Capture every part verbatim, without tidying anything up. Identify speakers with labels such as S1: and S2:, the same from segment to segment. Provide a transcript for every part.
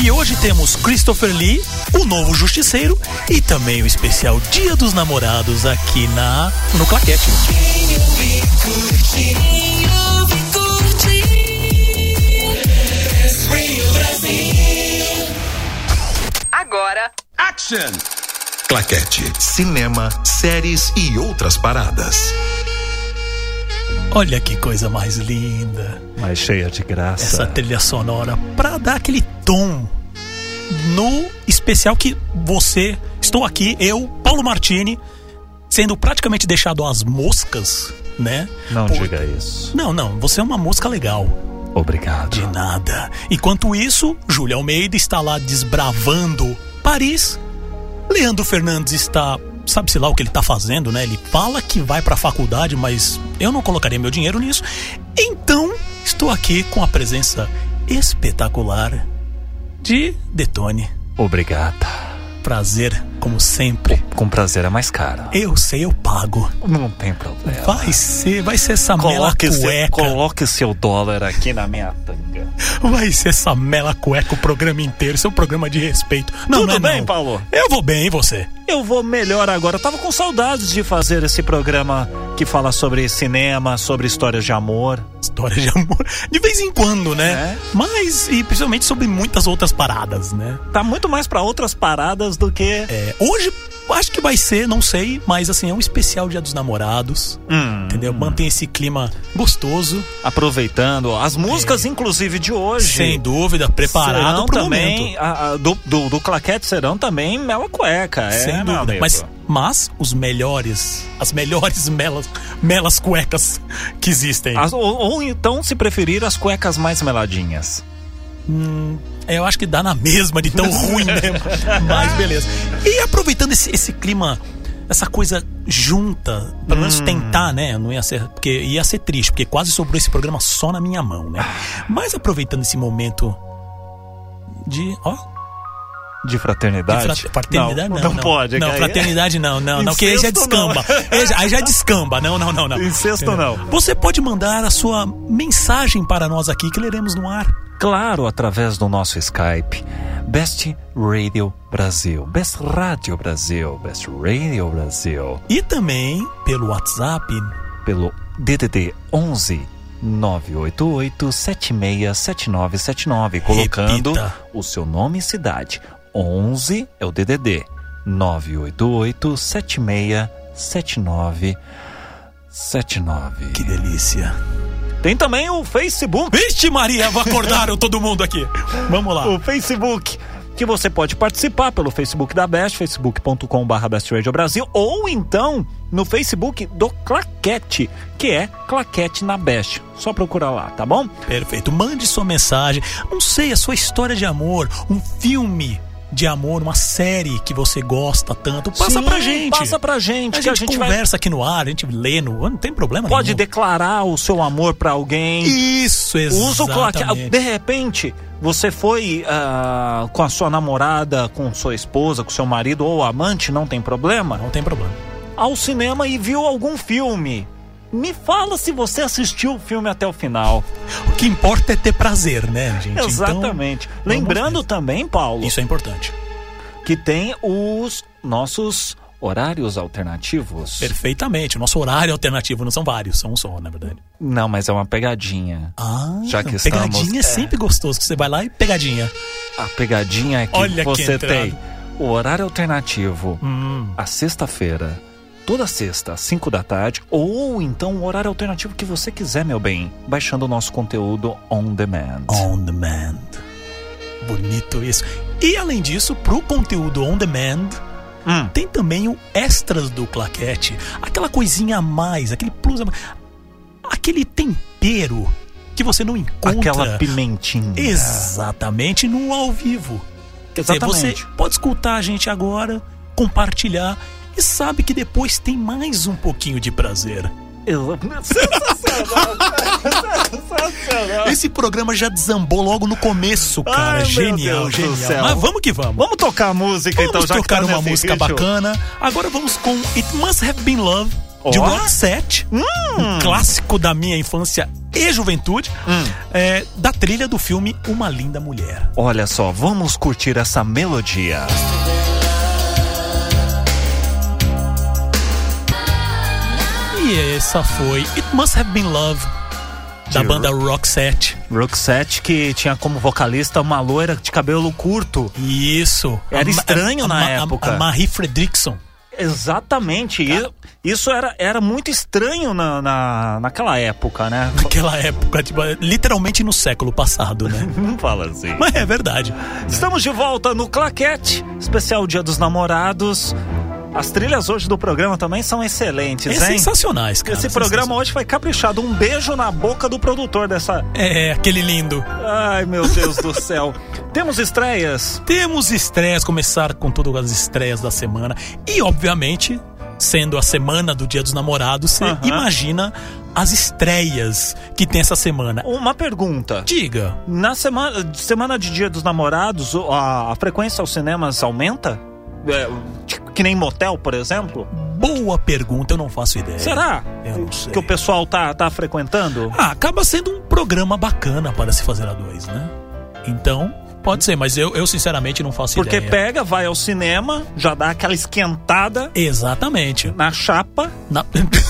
S1: E hoje temos Christopher Lee, o novo Justiceiro, e também o especial Dia dos Namorados aqui na no Claquete.
S2: Agora,
S3: action! Claquete, cinema, séries e outras paradas.
S1: Olha que coisa mais linda.
S4: Mais cheia de graça.
S1: Essa trilha sonora pra dar aquele tom no especial que você... Estou aqui, eu, Paulo Martini, sendo praticamente deixado às moscas, né?
S4: Não
S1: Por...
S4: diga isso.
S1: Não, não, você é uma mosca legal.
S4: Obrigado.
S1: De nada. Enquanto isso, Júlia Almeida está lá desbravando Paris. Leandro Fernandes está... Sabe-se lá o que ele tá fazendo, né? Ele fala que vai pra faculdade, mas eu não colocaria meu dinheiro nisso. Então, estou aqui com a presença espetacular de Detone.
S4: Obrigada.
S1: Prazer, como sempre.
S4: Com prazer é mais caro.
S1: Eu sei, eu pago.
S4: Não tem problema.
S1: Vai ser, vai ser essa
S4: coloque
S1: mela cueca.
S4: Seu, coloque seu dólar aqui na minha tanga.
S1: Vai ser essa mela cueca o programa inteiro. Seu programa de respeito. Não,
S4: Tudo
S1: não é
S4: bem,
S1: não.
S4: Paulo?
S1: Eu vou bem, e você?
S4: Eu vou melhor agora. Eu tava com saudades de fazer esse programa que fala sobre cinema, sobre histórias de amor.
S1: Histórias de amor. De vez em quando, né?
S4: É.
S1: Mas, e principalmente sobre muitas outras paradas, né?
S4: Tá muito mais pra outras paradas do que...
S1: É, hoje, acho que vai ser, não sei, mas assim, é um especial Dia dos Namorados. Hum, entendeu? Hum. Mantém esse clima gostoso.
S4: Aproveitando as músicas,
S1: é.
S4: inclusive, de hoje.
S1: Sem dúvida, preparado
S4: serão
S1: pro
S4: também,
S1: momento.
S4: A, a, do, do, do Claquete serão também mela cueca.
S1: Sem
S4: é,
S1: dúvida. Mas, mas os melhores, as melhores melas, melas cuecas que existem.
S4: As, ou, ou então, se preferir, as cuecas mais meladinhas.
S1: Hum, eu acho que dá na mesma de tão ruim mesmo. Mas beleza. E aproveitando esse, esse clima, essa coisa junta, pelo menos hum. tentar, né? Não ia ser, porque ia ser triste, porque quase sobrou esse programa só na minha mão, né? Mas aproveitando esse momento de, ó,
S4: de fraternidade?
S1: De fra- fraternidade não,
S4: não,
S1: não,
S4: não pode.
S1: Não, fraternidade não, não, não, que aí já descamba. Aí já, aí já descamba, não, não, não, não.
S4: Incesto não.
S1: Você pode mandar a sua mensagem para nós aqui que leremos no ar.
S4: Claro, através do nosso Skype, Best Radio Brasil, Best Radio Brasil, Best Radio Brasil.
S1: E também pelo WhatsApp,
S4: pelo D D D onze nove oito oito sete seis sete nove sete nove, colocando
S1: Repita.
S4: O seu nome e cidade. onze é o D D D, nove oito oito sete seis sete nove sete nove.
S1: Que delícia.
S4: Tem também o Facebook.
S1: Vixe Maria, acordaram todo mundo aqui. Vamos lá.
S4: O Facebook, que você pode participar pelo Facebook da Best, facebook ponto com barra Best Radio Brasil, ou então no Facebook do Claquete, que é Claquete na Best. Só procurar lá, tá bom?
S1: Perfeito. Mande sua mensagem. Não sei, a sua história de amor, um filme de amor, uma série que você gosta tanto, passa
S4: Sim,
S1: pra gente.
S4: Passa pra gente.
S1: A
S4: que
S1: gente,
S4: a gente
S1: conversa
S4: vai...
S1: aqui no ar, a gente lê no... Não tem problema
S4: Pode
S1: nenhum.
S4: declarar o seu amor pra alguém.
S1: Isso, exatamente.
S4: Usa o Claquete. De repente, você foi uh, com a sua namorada, com sua esposa, com seu marido ou amante, não tem problema?
S1: Não tem problema.
S4: Ao cinema e viu algum filme. Me fala se você assistiu o filme até o final.
S1: O que importa é ter prazer, né, gente?
S4: Exatamente.
S1: Então,
S4: lembrando também, Paulo...
S1: Isso é importante.
S4: Que tem os nossos horários alternativos.
S1: Perfeitamente. O nosso horário alternativo não são vários, são um só, na verdade.
S4: Não, mas é uma pegadinha.
S1: Ah,
S4: já que
S1: pegadinha
S4: estamos,
S1: é sempre é... gostoso, que você vai lá e pegadinha.
S4: A pegadinha é que
S1: Olha
S4: você
S1: que
S4: tem o horário alternativo,
S1: hum.
S4: a sexta-feira, toda sexta, às cinco da tarde, ou então o horário alternativo que você quiser, meu bem, baixando o nosso conteúdo on demand.
S1: On demand. Bonito isso. E além disso, pro conteúdo on demand, hum. tem também o extras do Claquete. Aquela coisinha a mais, aquele plus a mais, aquele tempero que você não encontra.
S4: Aquela pimentinha.
S1: Exatamente, no ao vivo. Quer
S4: Exatamente.
S1: dizer, você pode escutar a gente agora, compartilhar e sabe que depois tem mais um pouquinho de prazer.
S4: Sensacional, sensacional.
S1: Esse programa já desambou logo no começo, cara.
S4: Ai,
S1: genial, genial. Mas vamos que vamos.
S4: Vamos tocar a música,
S1: vamos
S4: então.
S1: Vamos tocar
S4: já
S1: uma música
S4: ritmo.
S1: bacana. Agora vamos com It Must Have Been Love, de
S4: oh?
S1: Roxette. Hum. Um clássico da minha infância e juventude, hum. é, da trilha do filme Uma Linda Mulher.
S4: Olha só, vamos curtir essa melodia.
S1: E essa foi It Must Have Been Love, da de banda Roxette.
S4: Roxette, que tinha como vocalista uma loira de cabelo curto.
S1: Isso.
S4: Era
S1: a,
S4: estranho
S1: a,
S4: na
S1: a,
S4: época.
S1: A, a Marie Fredriksson.
S4: Exatamente. Cara, isso era, era muito estranho na, na, naquela época, né?
S1: Naquela época, tipo, literalmente no século passado, né?
S4: Não fala assim.
S1: Mas é verdade.
S4: Estamos de volta no Claquete, especial Dia dos Namorados. As trilhas hoje do programa também são excelentes,
S1: é
S4: hein?
S1: Sensacionais, cara.
S4: Esse programa hoje foi caprichado. Um beijo na boca do produtor dessa...
S1: É, aquele lindo.
S4: Ai, meu Deus do céu. Temos estreias?
S1: Temos estreias, começar com todas as estreias da semana. E, obviamente, sendo a semana do Dia dos Namorados, você uh-huh. imagina as estreias que tem essa semana.
S4: Uma pergunta.
S1: Diga.
S4: Na semana, semana de Dia dos Namorados, a, a frequência aos cinemas aumenta? É, que nem motel, por exemplo?
S1: Boa pergunta, eu não faço ideia.
S4: Será?
S1: Eu não sei.
S4: Que o pessoal tá, tá frequentando?
S1: Ah, acaba sendo um programa bacana para se fazer a dois, né? Então, pode ser, mas eu, eu sinceramente não faço
S4: Porque
S1: ideia.
S4: Porque pega, vai ao cinema, já dá aquela esquentada.
S1: Exatamente.
S4: Na chapa.
S1: Na...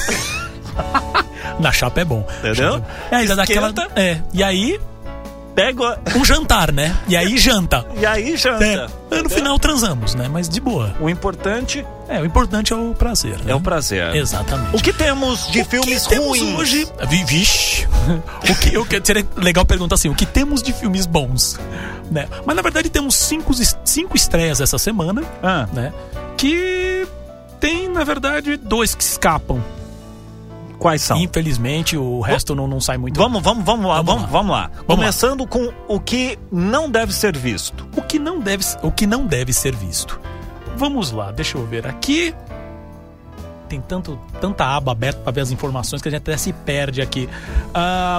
S1: Na chapa é bom.
S4: Entendeu?
S1: É, ainda dá aquela... É, e aí...
S4: Pega
S1: um jantar, né? E aí janta.
S4: E aí janta.
S1: É, no final transamos, né? Mas de boa.
S4: O importante...
S1: É, o importante é o prazer, né?
S4: É o prazer.
S1: Exatamente.
S4: O que temos de
S1: o
S4: filmes
S1: que
S4: ruins?
S1: Temos hoje... Vixe. o que, o que seria legal perguntar assim, o que temos de filmes bons? Né? Mas na verdade temos cinco, cinco estreias essa semana,
S4: ah.
S1: né? Que tem, na verdade, dois que escapam.
S4: Quais são?
S1: Infelizmente, o resto não, não sai muito.
S4: Vamos, vamos, vamos lá, vamos,
S1: vamos lá.
S4: Vamos lá.
S1: Vamos
S4: Começando
S1: lá.
S4: com o que não deve ser visto.
S1: O que não deve, o que não deve ser visto. Vamos lá, deixa eu ver aqui. Tem tanto, tanta aba aberta para ver as informações que a gente até se perde aqui. Ah,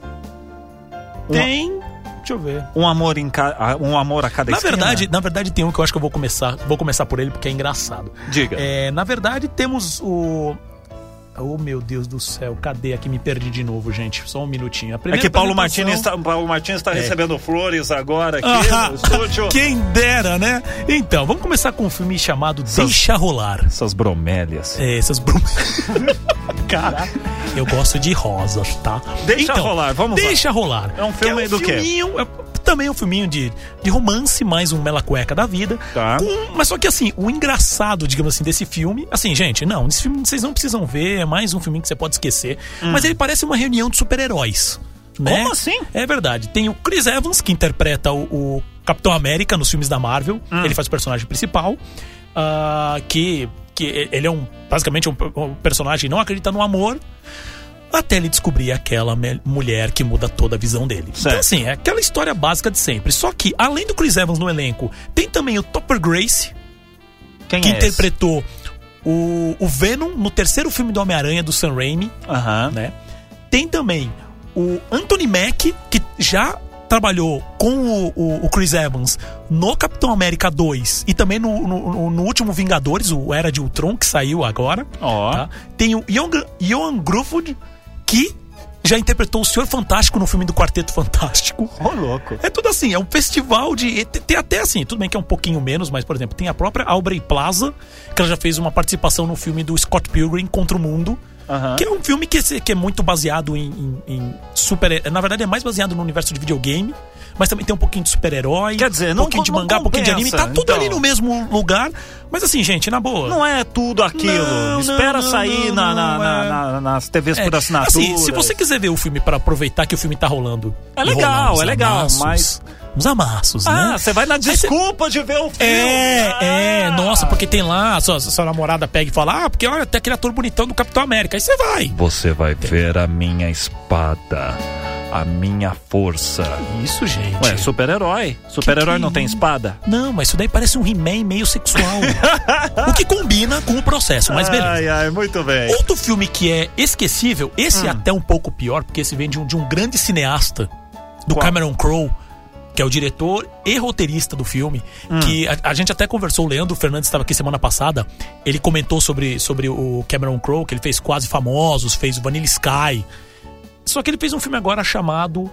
S1: tem... Deixa eu ver.
S4: Um amor, em ca... um amor a cada
S1: na
S4: esquina?
S1: verdade, na verdade tem um que eu acho que eu vou começar, vou começar por ele porque é engraçado.
S4: Diga.
S1: É, na verdade temos o... Oh, meu Deus do céu, cadê? Aqui me perdi de novo, gente. Só um minutinho. A
S4: é que Paulo Martins está, Paulo Martins está é. recebendo flores agora aqui ah, no estúdio.
S1: Quem dera, né? Então, vamos começar com um filme chamado essas, Deixa Rolar.
S4: Essas bromélias.
S1: É, essas bromélias. Caraca. Eu gosto de rosas, tá?
S4: Deixa
S1: então,
S4: rolar, vamos
S1: Deixa
S4: lá.
S1: Rolar.
S4: É um filme
S1: é um
S4: do quê?
S1: É, também é um filminho de, de romance, mais um mela cueca da vida.
S4: Tá.
S1: Com, mas só que assim, o engraçado, digamos assim, desse filme... Assim, gente, não, esse filme vocês não precisam ver, é mais um filminho que você pode esquecer. Hum. Mas ele parece uma reunião de super-heróis. Né?
S4: Como assim?
S1: É verdade. Tem o Chris Evans, que interpreta o, o Capitão América nos filmes da Marvel. Hum. Ele faz o personagem principal. Uh, que, que ele é um basicamente um, um personagem que não acredita no amor, até ele descobrir aquela me- mulher que muda toda a visão dele.
S4: Certo.
S1: Então assim, é aquela história básica de sempre. Só que, além do Chris Evans no elenco, tem também o Topher Grace,
S4: Quem
S1: que
S4: é
S1: interpretou o, o Venom no terceiro filme do Homem-Aranha do Sam Raimi.
S4: Uhum.
S1: Né? Tem também o Anthony Mack, que já trabalhou com o, o, o Chris Evans no Capitão América dois e também no, no, no último Vingadores, o Era de Ultron, que saiu agora.
S4: Oh.
S1: Tá? Tem o Ioan Gruffudd, que já interpretou o Senhor Fantástico no filme do Quarteto Fantástico.
S4: Ô, oh, louco.
S1: É tudo assim, é um festival de... Tem até assim, tudo bem que é um pouquinho menos, mas, por exemplo, tem a própria Aubrey Plaza, que ela já fez uma participação no filme do Scott Pilgrim Contra o Mundo. Uhum. Que é um filme que, que é muito baseado em, em, em super... Na verdade é mais baseado no universo de videogame, mas também tem um pouquinho de super-herói.
S4: Quer dizer,
S1: um
S4: não,
S1: pouquinho de
S4: não
S1: mangá, um pouquinho de anime. Tá tudo
S4: então.
S1: ali no mesmo lugar. Mas assim, gente, na boa,
S4: não é tudo aquilo. Não, Espera não, sair
S1: não,
S4: na,
S1: não,
S4: na,
S1: é...
S4: na, na, nas T Vs
S1: é,
S4: por assinatura.
S1: Assim, se você quiser ver o filme para aproveitar que o filme tá rolando,
S4: é legal, é legal,
S1: amassos,
S4: mas...
S1: uns amassos,
S4: ah,
S1: né?
S4: Ah, você vai na desculpa de ver o filme.
S1: É,
S4: ah.
S1: é, nossa, porque tem lá, a sua, a sua namorada pega e fala, ah, porque olha, tem aquele ator bonitão do Capitão América. Aí você vai.
S4: Você vai ver a minha espada, a minha força.
S1: Isso, gente.
S4: Ué, super-herói. Super-herói
S1: que
S4: não
S1: que...
S4: tem espada?
S1: Não, mas isso daí parece um He-Man meio sexual. O que combina com o processo, mas beleza.
S4: Ai, ai, muito bem.
S1: Outro filme que é esquecível, esse hum. é até um pouco pior, porque esse vem de um, de um grande cineasta, do Qual? Cameron Crowe, que é o diretor e roteirista do filme, hum. que a, a gente até conversou, o Leandro Fernandes estava aqui semana passada, ele comentou sobre, sobre o Cameron Crowe, que ele fez Quase Famosos, fez o Vanilla Sky, Só que ele fez um filme agora chamado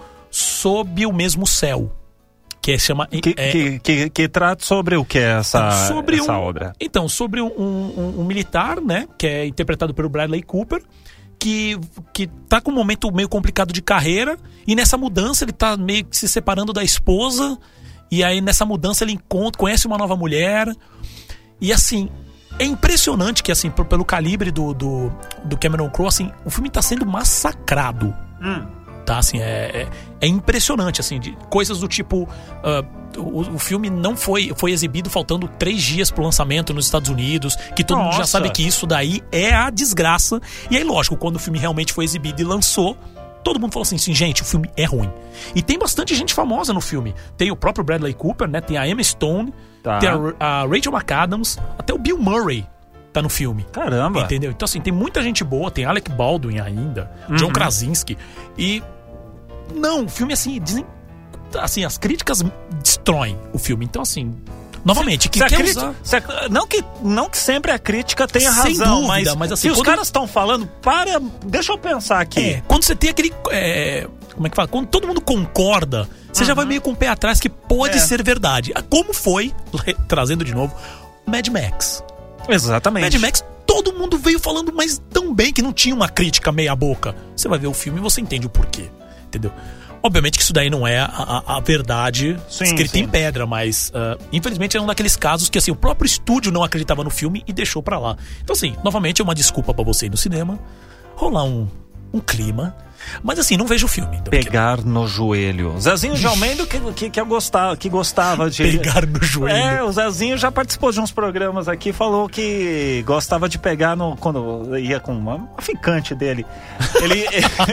S1: Sob o Mesmo Céu. Que, é, chama,
S4: que,
S1: é,
S4: que, que, que trata sobre o que é essa,
S1: sobre
S4: essa
S1: um,
S4: obra?
S1: Então, sobre um, um, um militar, né? Que é interpretado pelo Bradley Cooper, que, que tá com um momento meio complicado de carreira, e nessa mudança ele tá meio que se separando da esposa, e aí nessa mudança ele encontra, conhece uma nova mulher, e assim, é impressionante que assim, pelo calibre do, do, do Cameron Crowe, assim, o filme tá sendo massacrado. Hum. Tá, assim, é, é, é impressionante, assim, de coisas do tipo, uh, o, o filme não foi, foi exibido faltando três dias pro lançamento nos Estados Unidos, que todo Nossa. mundo já sabe que isso daí é a desgraça. E aí, lógico, quando o filme realmente foi exibido e lançou, todo mundo falou assim, assim, gente, o filme é ruim. E tem bastante gente famosa no filme. Tem o próprio Bradley Cooper, né, tem a Emma Stone, tá. tem a, a Rachel McAdams, até o Bill Murray tá no filme.
S4: Caramba!
S1: Entendeu? Então, assim, tem muita gente boa, tem Alec Baldwin ainda, uhum. John Krasinski. E não, o filme, assim, dizem, assim, as críticas destroem o filme. Então, assim, novamente, quem quer
S4: crítica,
S1: usar...
S4: se a, não, que, não que sempre a crítica tenha
S1: Sem
S4: razão,
S1: dúvida,
S4: mas,
S1: mas assim,
S4: se os
S1: quando...
S4: caras estão falando, para, deixa eu pensar aqui.
S1: É, quando você tem aquele... É, como é que fala? Quando todo mundo concorda, você uhum. já vai meio com o pé atrás que pode é. ser verdade. Como foi, trazendo de novo, Mad Max.
S4: Exatamente.
S1: Mad Max, todo mundo veio falando, mas tão bem que não tinha uma crítica meia boca. Você vai ver o filme e você entende o porquê, entendeu? Obviamente que isso daí não é a, a, a verdade sim, escrita sim. em pedra, mas uh, infelizmente é um daqueles casos que assim, o próprio estúdio não acreditava no filme e deixou pra lá. Então assim, novamente é uma desculpa pra você ir no cinema, rolar um, um clima, mas assim, não vejo o filme. Então,
S4: Pegar
S1: porque...
S4: no joelho. Zezinho de Almeida que, que, que, eu gostava, que gostava de...
S1: Pegar no joelho.
S4: É, o Zezinho já participou de uns programas aqui, falou que gostava de pegar no... Quando ia com uma, uma ficante dele. Ele,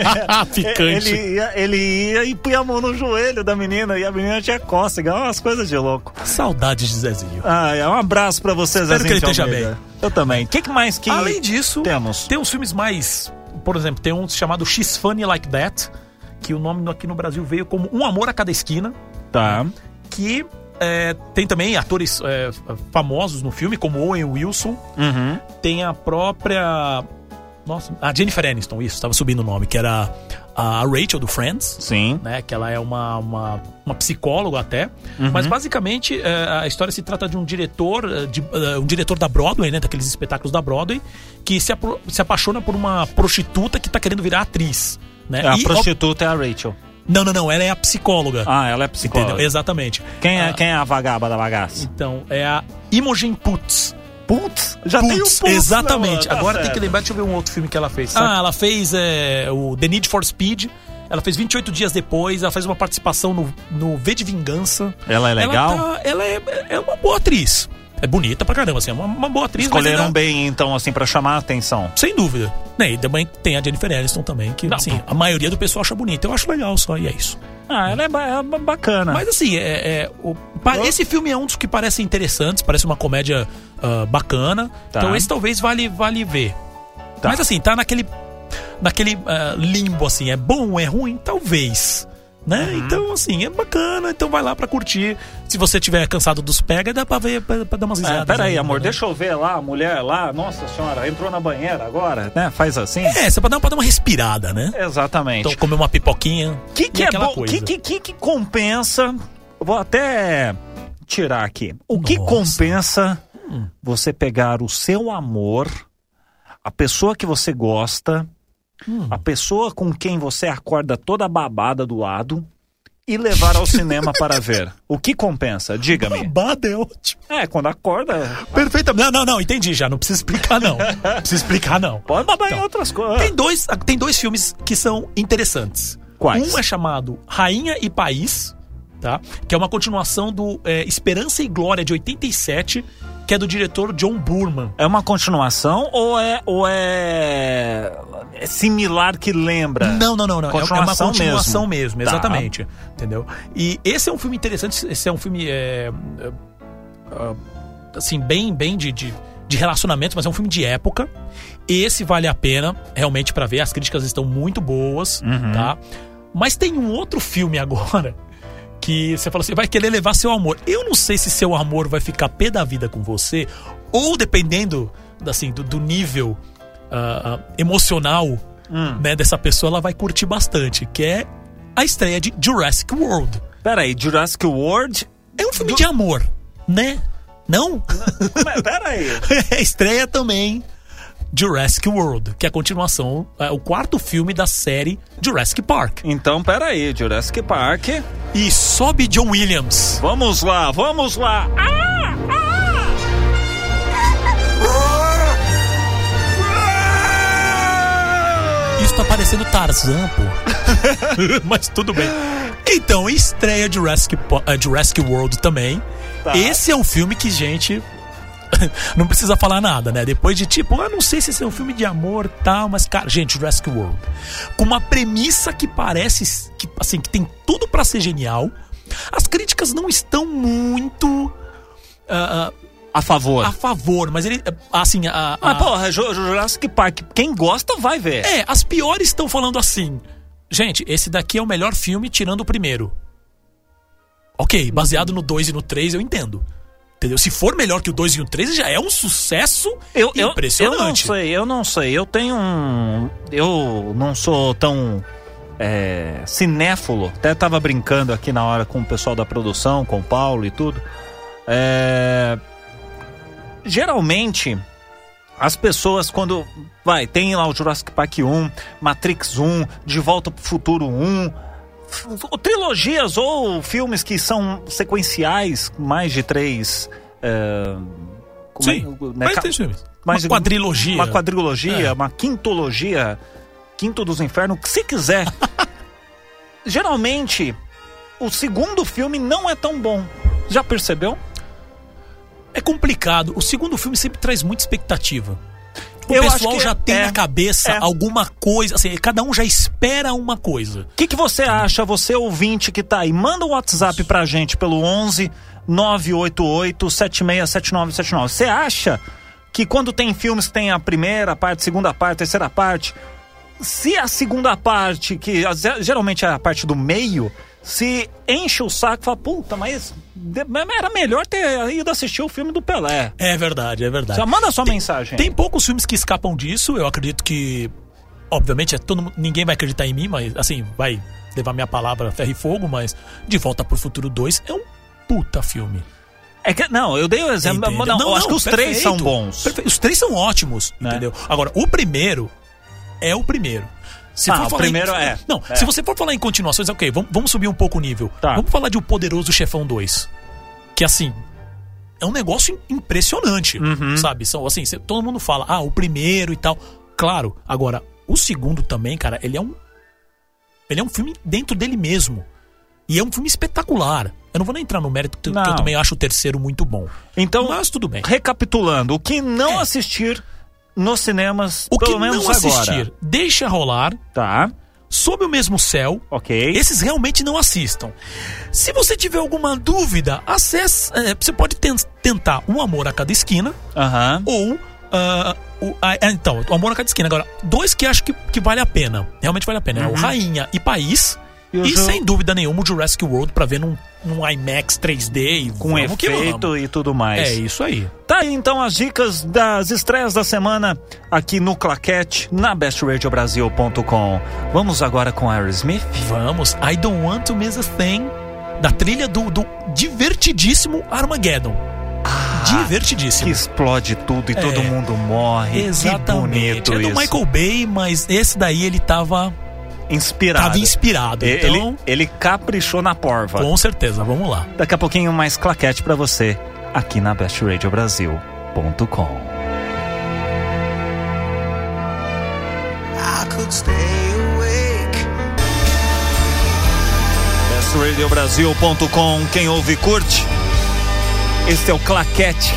S1: ficante.
S4: Ele ia, ele ia e punha a mão no joelho da menina e a menina tinha cócega, umas coisas de louco.
S1: Saudades de Zezinho.
S4: Ah, é um abraço pra você,
S1: Espero
S4: Zezinho
S1: que ele
S4: de Almeida.
S1: esteja bem.
S4: Eu também. O que, que mais que
S1: Além disso,
S4: temos?
S1: Tem uns filmes mais... Por exemplo, tem um chamado She's Funny Like That, que o nome aqui no Brasil veio como Um Amor a Cada Esquina.
S4: Tá.
S1: Que é, tem também atores é, famosos no filme, como Owen Wilson.
S4: Uhum.
S1: Tem a própria... Nossa, a Jennifer Aniston, isso, estava subindo o nome, que era a Rachel do Friends.
S4: Sim.
S1: Né, que ela é uma, uma, uma psicóloga até. Uhum. Mas basicamente é, a história se trata de um diretor, de, uh, um diretor da Broadway, né, daqueles espetáculos da Broadway, que se, apro- se apaixona por uma prostituta que tá querendo virar atriz. Né?
S4: A
S1: e,
S4: prostituta ó, é a Rachel.
S1: Não, não, não, ela é a psicóloga.
S4: Ah, ela é psicóloga.
S1: Entendeu? Exatamente.
S4: Quem é,
S1: ah,
S4: quem é a vagaba da bagaça?
S1: Então, é a Imogen Poots.
S4: Putz, já
S1: Putz,
S4: tem o Putz.
S1: Exatamente.
S4: Não, tá
S1: Agora
S4: certo.
S1: tem que lembrar, deixa eu ver um outro filme que ela fez. Ah, ela fez é, o The Need for Speed. Ela fez vinte e oito dias depois. Ela fez uma participação no, no V de Vingança.
S4: Ela é legal?
S1: Ela, tá, ela é, é uma boa atriz. É bonita pra caramba, assim, é uma, uma boa atriz.
S4: Escolheram
S1: mas
S4: bem, então, assim, pra chamar a atenção.
S1: Sem dúvida. Né, e também tem a Jennifer Aniston também, que, não, assim, a maioria do pessoal acha bonita. Eu acho legal só, e é isso.
S4: Ah, ela é, ba- é bacana.
S1: Mas assim, é, é, o, esse filme é um dos que parecem interessantes, parece uma comédia uh, bacana. Tá. Então esse talvez vale, vale ver. Tá. Mas assim, tá naquele, naquele uh, limbo, assim, é bom, é ruim? Talvez. Né? Uhum. Então, assim, é bacana, então vai lá pra curtir. Se você tiver cansado dos pega, dá pra ver, pra, pra dar umas risadas.
S4: É, peraí,
S1: ainda,
S4: amor,
S1: né?
S4: deixa eu ver lá, a mulher lá, nossa senhora, entrou na banheira agora, né? Faz assim.
S1: É, você pode dar, pode dar uma respirada, né?
S4: Exatamente.
S1: Então, comer uma pipoquinha.
S4: Que que é bom? O que, que, que, que compensa? Vou até tirar aqui. O Nossa. que compensa hum. você pegar o seu amor, a pessoa que você gosta, hum. a pessoa com quem você acorda toda babada do lado e levar ao cinema para ver? O que compensa? Diga-me.
S1: Babada é ótimo.
S4: É, quando acorda...
S1: Perfeitamente. Não, não, não, entendi já. Não precisa explicar, não. Não precisa explicar, não.
S4: Pode babar
S1: então,
S4: em outras coisas.
S1: Tem dois, tem dois filmes que são interessantes.
S4: Quais?
S1: Um é chamado Rainha e País, tá? Que é uma continuação do é, Esperança e Glória, de oitenta e sete, que é do diretor John Boorman.
S4: É uma continuação ou é, ou é, é similar que lembra?
S1: Não, não, não. não.
S4: Continuação
S1: é uma continuação
S4: mesmo,
S1: mesmo exatamente. Tá. Entendeu? E esse é um filme interessante, esse é um filme é, é, é, assim, bem, bem de, de, de relacionamento, mas é um filme de época. Esse vale a pena realmente pra ver, as críticas estão muito boas, uhum. tá? Mas tem um outro filme agora que você fala assim, vai querer levar seu amor. Eu não sei se seu amor vai ficar pé da vida com você, ou dependendo assim, do, do nível uh, uh, emocional hum. né, dessa pessoa, ela vai curtir bastante, que é a estreia de Jurassic World.
S4: Peraí, Jurassic World...
S1: É um filme do... de amor, né? Não?
S4: Peraí.
S1: É estreia também Jurassic World, que é a continuação, é o quarto filme da série Jurassic Park.
S4: Então, peraí, Jurassic Park...
S1: E sobe John Williams.
S4: Vamos lá, vamos lá. Ah, ah.
S1: Isso tá parecendo Tarzan, pô. Mas tudo bem. Então, estreia Jurassic, uh, Jurassic World também. Tá. Esse é um filme que, gente... não precisa falar nada, né? Depois de tipo, eu não sei se esse é um filme de amor e tal, mas, cara, gente, Jurassic World, com uma premissa que parece que, assim, que tem tudo pra ser genial. As críticas não estão muito uh,
S4: a favor.
S1: A favor, mas ele, assim, a, a...
S4: Mas, porra, Jurassic Park, quem gosta vai ver.
S1: É, as piores estão falando assim, gente, esse daqui é o melhor filme tirando o primeiro. Ok, baseado no dois e no três, eu entendo. Entendeu? Se for melhor que o dois e o três, já é um sucesso
S4: eu,
S1: impressionante.
S4: Eu, eu não sei, eu não sei. Eu tenho um... Eu não sou tão é, cinéfilo. Até tava brincando aqui na hora com o pessoal da produção, com o Paulo e tudo. É, geralmente, as pessoas quando... Vai, tem lá o Jurassic Park um, Matrix um, De Volta pro Futuro um... trilogias ou filmes que são sequenciais, mais de três. É,
S1: Sim,
S4: é, né,
S1: mais de três filmes.
S4: Mais
S1: uma quadrilogia.
S4: Uma quadrilogia, é. uma quintologia, Quinto dos Infernos, se quiser. Geralmente, o segundo filme não é tão bom. Já percebeu?
S1: É complicado. O segundo filme sempre traz muita expectativa. O
S4: eu
S1: pessoal
S4: acho que
S1: já
S4: é,
S1: tem
S4: é,
S1: na cabeça
S4: é.
S1: alguma coisa, assim, cada um já espera uma coisa.
S4: O que, que você acha, você ouvinte que tá aí? Manda um WhatsApp pra gente pelo onze nove oito oito sete seis sete nove sete nove. Você acha que quando tem filmes que tem a primeira parte, segunda parte, terceira parte, se a segunda parte, que geralmente é a parte do meio, se enche o saco e fala, puta, mas era melhor ter ido assistir o filme do Pelé.
S1: É verdade, é verdade.
S4: Só manda sua
S1: tem,
S4: mensagem.
S1: Tem poucos filmes que escapam disso. Eu acredito que, obviamente, é todo, ninguém vai acreditar em mim, mas assim, vai levar minha palavra ferro e fogo, mas De Volta pro Futuro dois é um puta filme.
S4: É que, não, eu dei o exemplo, não, não, não, acho não, que os perfeito, três são bons.
S1: Perfeito. Os três são ótimos, né? Entendeu? Agora, o primeiro é o primeiro. Se
S4: ah,
S1: for
S4: o
S1: falar
S4: primeiro
S1: em...
S4: é.
S1: Não,
S4: é.
S1: se você for falar em continuações, ok, vamos, vamos subir um pouco o nível.
S4: Tá.
S1: Vamos falar de O Poderoso Chefão dois. Que, assim, é um negócio impressionante,
S4: uhum.
S1: sabe? São, assim, todo mundo fala, ah, o primeiro e tal. Claro, agora, o segundo também, cara, ele é um... Ele é um filme dentro dele mesmo. E é um filme espetacular. Eu não vou nem entrar no mérito, que, que eu também acho o terceiro muito bom.
S4: Então,
S1: mas tudo bem.
S4: Recapitulando, o que não é. assistir... nos cinemas,
S1: o
S4: pelo
S1: que
S4: menos
S1: não assistir,
S4: agora.
S1: Deixa rolar.
S4: Tá.
S1: Sob o Mesmo Céu.
S4: Ok.
S1: Esses realmente não assistam. Se você tiver alguma dúvida, acesse, é, você pode ten- tentar Um Amor a Cada Esquina.
S4: Aham.
S1: Uh-huh. Ou... Uh, o, uh, então, O Amor a Cada Esquina. Agora, dois que acho que, que vale a pena. Realmente vale a pena. Uhum. É o Rainha e País. E, e sem dúvida nenhuma o Jurassic World pra ver num, num IMAX três D e
S4: com efeito e tudo mais.
S1: É isso aí.
S4: Tá aí então as dicas das estreias da semana aqui no Claquete, na best radio brasil ponto com. Vamos agora com Aerosmith?
S1: Vamos. I Don't Want to Miss a Thing, da trilha do, do divertidíssimo Armageddon. Ah, divertidíssimo.
S4: Que explode tudo e é, todo mundo morre.
S1: Exatamente.
S4: Que bonito
S1: é do
S4: isso.
S1: Michael Bay, mas esse daí ele tava...
S4: Inspirado.
S1: Tava inspirado.
S4: Ele,
S1: então...
S4: ele, ele caprichou na porva.
S1: Com certeza, vamos lá.
S4: Daqui a pouquinho mais Claquete pra você, aqui na best radio brasil ponto com. best radio brasil ponto com, quem ouve curte. Este é o Claquete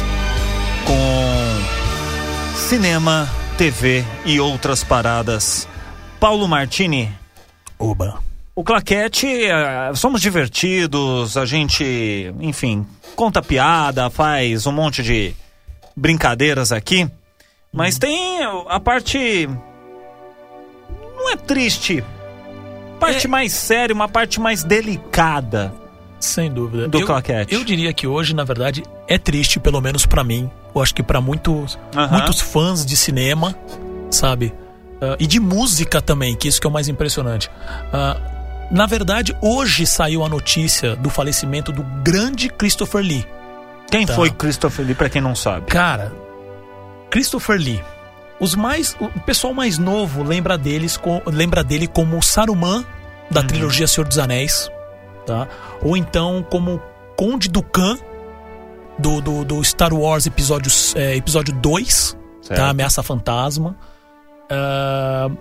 S4: com cinema, T V e outras paradas. Paulo Martini.
S1: Oba.
S4: O Claquete, uh, somos divertidos, a gente, enfim, conta piada, faz um monte de brincadeiras aqui, mas hum. tem a parte, não é triste, parte é... mais séria, uma parte mais delicada.
S1: Sem dúvida.
S4: Do
S1: eu,
S4: Claquete.
S1: Eu diria que hoje, na verdade, é triste, pelo menos pra mim. Eu acho que pra muitos, uh-huh. muitos fãs de cinema, sabe? Uh, e de música também, que isso que é o mais impressionante. Uh, na verdade, hoje saiu a notícia do falecimento do grande Christopher Lee.
S4: Quem
S1: tá?
S4: foi Christopher Lee, pra quem não sabe?
S1: Cara, Christopher Lee, os mais, o pessoal mais novo lembra, deles, com, lembra dele como Saruman, da uhum. trilogia Senhor dos Anéis, tá? Ou então como Conde Dooku, do, do, do Star Wars episódio, é, episódio dois, tá? Ameaça Fantasma. Uh,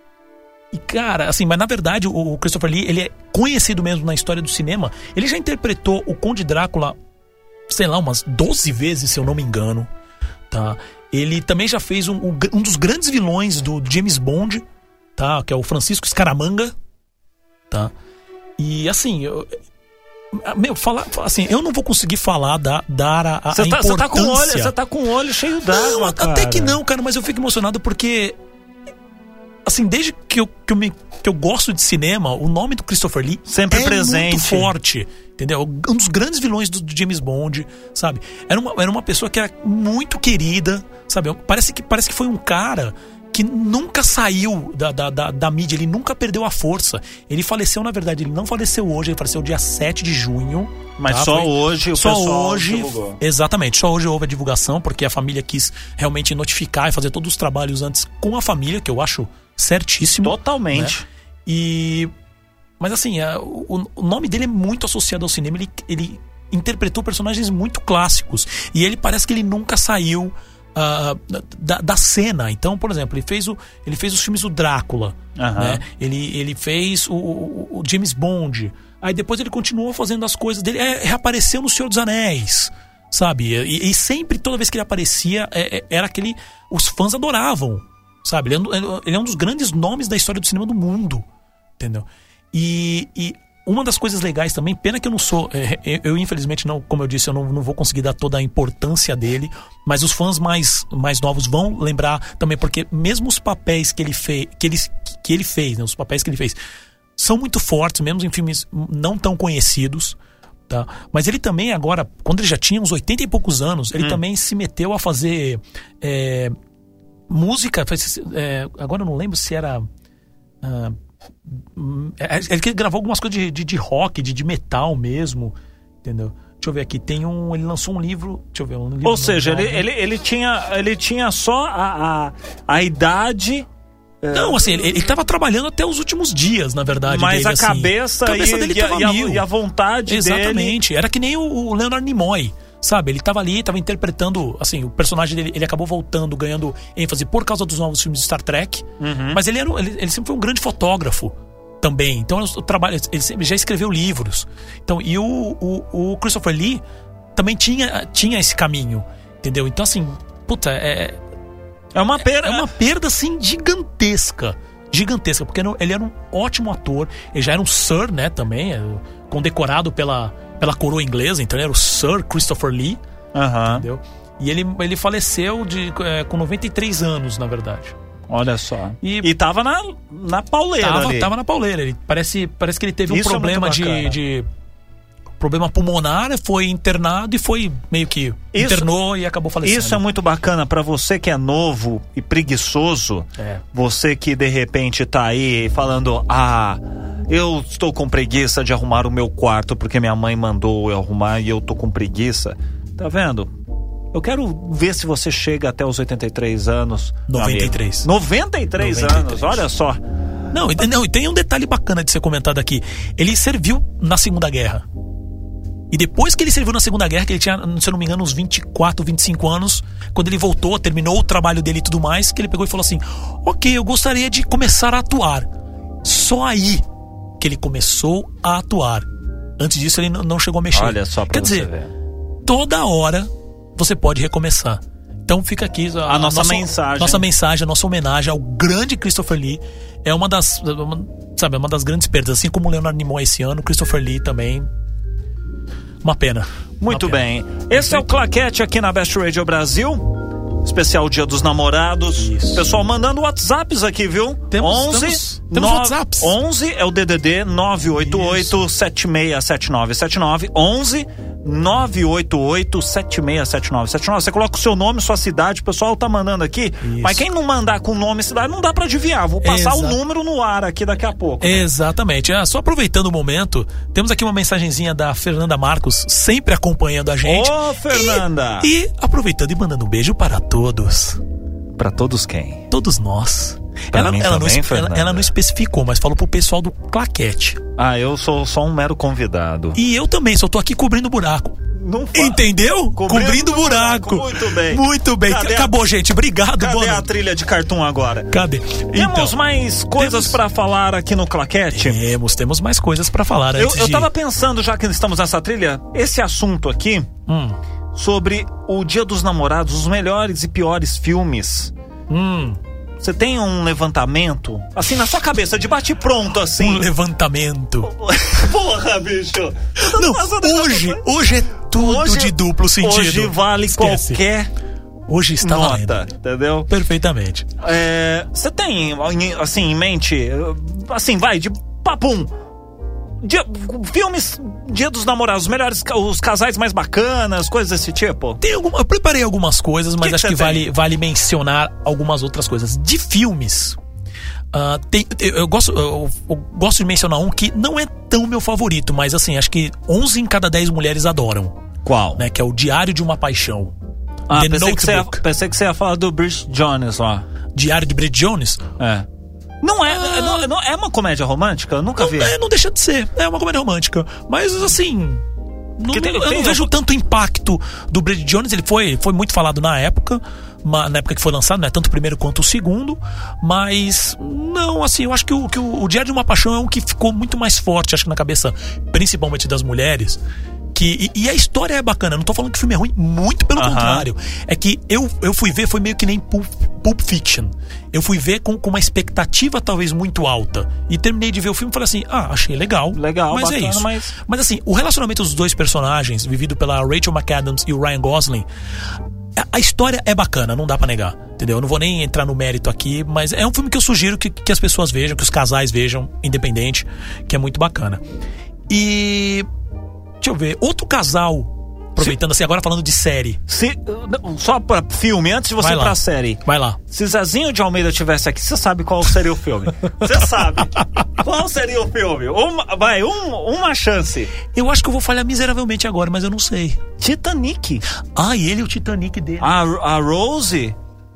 S1: e cara, assim, mas na verdade o Christopher Lee, ele é conhecido mesmo na história do cinema. Ele já interpretou o Conde Drácula, sei lá, umas doze vezes, se eu não me engano, tá? Ele também já fez um, um dos grandes vilões do James Bond, tá? Que é o Francisco Scaramanga, tá? E assim, eu, meu, falar, assim, eu não vou conseguir falar, dar, dar a, a
S4: você tá,
S1: importância.
S4: Você tá com o olho, você tá com o olho cheio d'água,
S1: não,
S4: cara.
S1: Até que não, cara, mas eu fico emocionado porque, assim, desde que eu, que eu, me, que eu gosto de cinema, o nome do Christopher Lee
S4: sempre
S1: é
S4: presente,
S1: muito forte, entendeu? Um dos grandes vilões do, do James Bond, sabe? Era uma, era uma pessoa que era muito querida, sabe? Parece que, parece que foi um cara que nunca saiu da, da, da, da mídia, ele nunca perdeu a força. Ele faleceu, na verdade, ele não faleceu hoje, ele faleceu dia sete de junho.
S4: Mas
S1: tá?
S4: só
S1: Foi,
S4: hoje o
S1: só
S4: pessoal
S1: hoje,
S4: divulgou.
S1: Exatamente, só hoje houve a divulgação, porque a família quis realmente notificar e fazer todos os trabalhos antes com a família, que eu acho certíssimo.
S4: Totalmente.
S1: Né? E... Mas assim, a, o, o nome dele é muito associado ao cinema, ele, ele interpretou personagens muito clássicos. E ele parece que ele nunca saiu uh, da, da cena. Então, por exemplo, ele fez, o, ele fez os filmes do Drácula, uhum. né? ele, ele fez o, o, o James Bond. Aí depois ele continuou fazendo as coisas dele, é, reapareceu no Senhor dos Anéis, sabe? E, e sempre, toda vez que ele aparecia, é, era aquele... Os fãs adoravam, sabe? Ele é, ele é um dos grandes nomes da história do cinema do mundo, entendeu? E, e uma das coisas legais também, pena que eu não sou, eu, eu infelizmente não, como eu disse, eu não, não vou conseguir dar toda a importância dele, mas os fãs mais, mais novos vão lembrar também, porque mesmo os papéis que ele, fe, que ele, que ele fez, né, os papéis que ele fez, são muito fortes, mesmo em filmes não tão conhecidos, tá? Mas ele também agora, quando ele já tinha uns oitenta e poucos anos, ele hum. também se meteu a fazer é, música, é, agora eu não lembro se era... Uh, ele gravou algumas coisas de, de, de rock, de, de metal mesmo, entendeu? Deixa eu ver aqui, tem um, ele lançou um livro, deixa eu ver, um livro.
S4: Ou seja, ele, ele, ele tinha, ele tinha só a, a, a idade.
S1: Não, assim, ele, ele tava trabalhando até os últimos dias, na verdade.
S4: Mas
S1: dele,
S4: a
S1: assim.
S4: cabeça,
S1: cabeça
S4: e,
S1: dele
S4: e,
S1: tava
S4: e, a,
S1: mil.
S4: e a vontade
S1: Exatamente,
S4: dele.
S1: Era que nem o, o Leonard Nimoy, sabe? Ele tava ali, tava interpretando, assim, o personagem dele, ele acabou voltando, ganhando ênfase por causa dos novos filmes de Star Trek, uhum. mas ele, era, ele, ele sempre foi um grande fotógrafo também. Então o trabalho, ele sempre já escreveu livros. Então, e o, o, o Christopher Lee também tinha, tinha esse caminho, entendeu? Então, assim, puta, é
S4: é uma perda,
S1: é uma perda assim gigantesca, gigantesca, porque ele era um ótimo ator, ele já era um Sir, né, também, condecorado pela pela coroa inglesa, então ele era o Sir Christopher Lee,
S4: uhum.
S1: entendeu? E ele ele faleceu de é, com noventa e três anos, na verdade.
S4: Olha só. E, e tava na, na pauleira
S1: tava,
S4: ali.
S1: Tava na pauleira. Ele, parece, parece que ele teve
S4: Isso
S1: um problema
S4: é
S1: de, de... problema pulmonar, foi internado e foi meio que... Isso, internou e acabou falecendo.
S4: Isso é muito bacana pra você que é novo e preguiçoso.
S1: É.
S4: Você que de repente tá aí falando... Ah, eu estou com preguiça de arrumar o meu quarto porque minha mãe mandou eu arrumar e eu tô com preguiça. Tá vendo? Eu quero ver se você chega até os oitenta e três anos.
S1: noventa e três.
S4: noventa e três anos, olha só.
S1: Não, não, e tem um detalhe bacana de ser comentado aqui. Ele serviu na Segunda Guerra. E depois que ele serviu na Segunda Guerra, que ele tinha, se eu não me engano, uns vinte e quatro, vinte e cinco anos, quando ele voltou, terminou o trabalho dele e tudo mais, que ele pegou e falou assim: ok, eu gostaria de começar a atuar. Só aí que ele começou a atuar. Antes disso ele não chegou a mexer.
S4: Olha só pra
S1: Quer
S4: você
S1: dizer,
S4: ver.
S1: Toda hora você pode recomeçar. Então fica aqui a,
S4: a nossa,
S1: nossa
S4: mensagem.
S1: Nossa mensagem, a nossa homenagem ao grande Christopher Lee. É uma das, uma, sabe, uma das grandes perdas. Assim como o Leonard Nimoy esse ano, Christopher Lee também. Uma pena.
S4: Muito
S1: uma pena.
S4: bem. Esse é o Claquete aqui na Best Radio Brasil. Especial Dia dos Namorados. Isso. Pessoal mandando WhatsApps aqui, viu?
S1: Temos,
S4: onze,
S1: temos, temos
S4: nove,
S1: WhatsApps.
S4: onze é o D D D nove oito oito, sete seis sete nove sete nove. onze nove oito oito, sete seis sete nove sete nove. Você coloca o seu nome, sua cidade, o pessoal tá mandando aqui. Isso. Mas quem não mandar com nome e cidade, não dá pra adivinhar. Vou passar Exa- o número no ar aqui daqui a pouco. Né?
S1: Exatamente. Ah, só aproveitando o momento, temos aqui uma mensagenzinha da Fernanda Marcos, sempre acompanhando a gente.
S4: Ô, Fernanda!
S1: E, e aproveitando e mandando um beijo para todos.
S4: Para todos quem?
S1: Todos nós.
S4: Pra
S1: ela,
S4: mim
S1: ela,
S4: também,
S1: não, ela, ela não especificou, mas falou pro pessoal do Claquete.
S4: Ah, eu sou só um mero convidado.
S1: E eu também, só tô aqui cobrindo o buraco.
S4: Não fa...
S1: Entendeu?
S4: Cobrindo,
S1: cobrindo o buraco.
S4: buraco. Muito bem.
S1: Muito bem.
S4: Cadê
S1: Acabou,
S4: a...
S1: gente. Obrigado.
S4: Cadê
S1: boa
S4: a
S1: noite.
S4: trilha de cartoon agora?
S1: Cadê?
S4: Temos
S1: então,
S4: mais coisas
S1: temos...
S4: pra falar aqui no Claquete?
S1: Temos, temos mais coisas pra falar
S4: eu,
S1: antes
S4: eu
S1: de...
S4: tava pensando, já que estamos nessa trilha, esse assunto aqui,
S1: Hum.
S4: sobre o Dia dos Namorados, os melhores e piores filmes.
S1: Hum.
S4: Você tem um levantamento, assim, na sua cabeça, de bate pronto, assim?
S1: Um levantamento.
S4: Porra, bicho!
S1: Não, hoje, hoje é tudo
S4: hoje,
S1: de duplo sentido.
S4: Hoje vale
S1: Esquece.
S4: qualquer
S1: hoje está
S4: nota,
S1: valendo.
S4: Entendeu?
S1: Perfeitamente.
S4: Você é, tem, assim, em mente, assim, vai, de papum, dia, filmes Dia dos Namorados, os melhores, os casais mais bacanas, coisas desse tipo?
S1: Tem alguma, eu preparei algumas coisas, mas
S4: que
S1: acho
S4: que
S1: que vale, vale mencionar algumas outras coisas. De filmes, uh, tem, eu, eu, gosto, eu, eu gosto de mencionar um que não é tão meu favorito, mas assim, acho que onze em cada dez mulheres adoram.
S4: Qual?
S1: Né, que é o Diário de uma Paixão.
S4: Ah,
S1: The
S4: pensei que, você ia,
S1: Notebook.
S4: pensei que você ia falar do Bridget Jones lá.
S1: Diário de Bridget Jones?
S4: É. Não é,
S1: Ah.
S4: não, não, é uma comédia romântica? Eu nunca
S1: Não,
S4: vi.
S1: é, não deixa de ser. É uma comédia romântica. Mas assim. Não,
S4: tem-
S1: eu
S4: tem-
S1: não vejo tanto impacto do Bridget Jones. Ele foi, foi muito falado na época. ma- Na época que foi lançado, né? Tanto o primeiro quanto o segundo. Mas. Não, assim, eu acho que o, que o, o Diário de uma Paixão é um que ficou muito mais forte, acho que na cabeça, principalmente das mulheres. Que, e, e a história é bacana, não tô falando que o filme é ruim, muito pelo
S4: Aham.
S1: contrário. É que eu, eu fui ver, foi meio que nem Pulp, Pulp Fiction. Eu fui ver com, com uma expectativa talvez muito alta. E terminei de ver o filme e falei assim: ah, achei legal.
S4: Legal,
S1: mas
S4: bacana,
S1: é isso.
S4: mas-
S1: Mas assim, o relacionamento dos dois personagens, vivido pela Rachel McAdams e o Ryan Gosling, a, a história é bacana, não dá pra negar. Entendeu? Eu não vou nem entrar no mérito aqui, mas é um filme que eu sugiro que, que as pessoas vejam, que os casais vejam, independente, que é muito bacana. E. Deixa eu ver, outro casal, aproveitando assim, agora falando de série.
S4: Se, só pra filme, antes de você
S1: Vai
S4: ir
S1: lá.
S4: pra série.
S1: Vai lá.
S4: Se Zezinho de Almeida tivesse aqui, você sabe qual seria o filme? Você sabe. Qual seria o filme? Uma, vai, um, uma chance.
S1: Eu acho que eu vou falhar miseravelmente agora, mas eu não sei.
S4: Titanic.
S1: Ah, e ele e o Titanic dele.
S4: A, a Rose.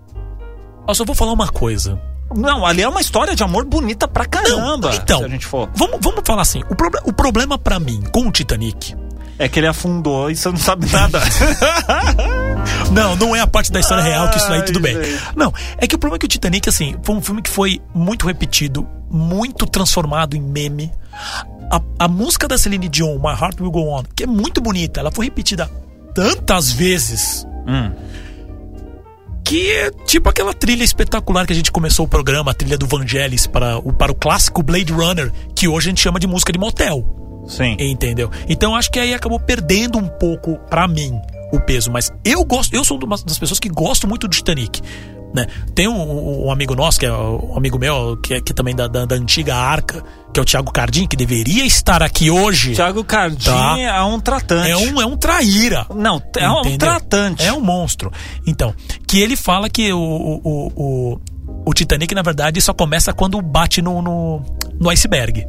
S1: Eu só vou falar uma coisa.
S4: Não, ali é uma história de amor bonita pra caramba.
S1: Não, então,
S4: se a gente for.
S1: Vamos, vamos falar assim, o, proble- o problema pra mim com o Titanic...
S4: É que ele afundou e você não sabe nada.
S1: Não, não é a parte da história real, que isso aí
S4: Ai,
S1: tudo bem.
S4: gente.
S1: Não, é que o problema é que o Titanic, assim, foi um filme que foi muito repetido, muito transformado em meme. A, a música da Celine Dion, My Heart Will Go On, que é muito bonita, ela foi repetida tantas vezes...
S4: hum.
S1: Que é tipo aquela trilha espetacular que a gente começou o programa, a trilha do Vangelis para o, para o clássico Blade Runner, que hoje a gente chama de música de motel.
S4: Sim.
S1: Entendeu? Então acho que aí acabou perdendo um pouco, pra mim, o peso. Mas eu gosto, eu sou uma das pessoas que gosto muito do Titanic. Né? Tem um, um amigo nosso, que é um amigo meu, que é, que é também da, da, da antiga Arca, que é o Thiago Cardim, que deveria estar aqui hoje.
S4: Thiago Cardim
S1: Tá.
S4: é um tratante.
S1: É um, é um traíra.
S4: Não, é um
S1: Entendeu?
S4: tratante.
S1: É um monstro. Então, que ele fala que o, o, o, o, o Titanic, na verdade, só começa quando bate no, no, no iceberg.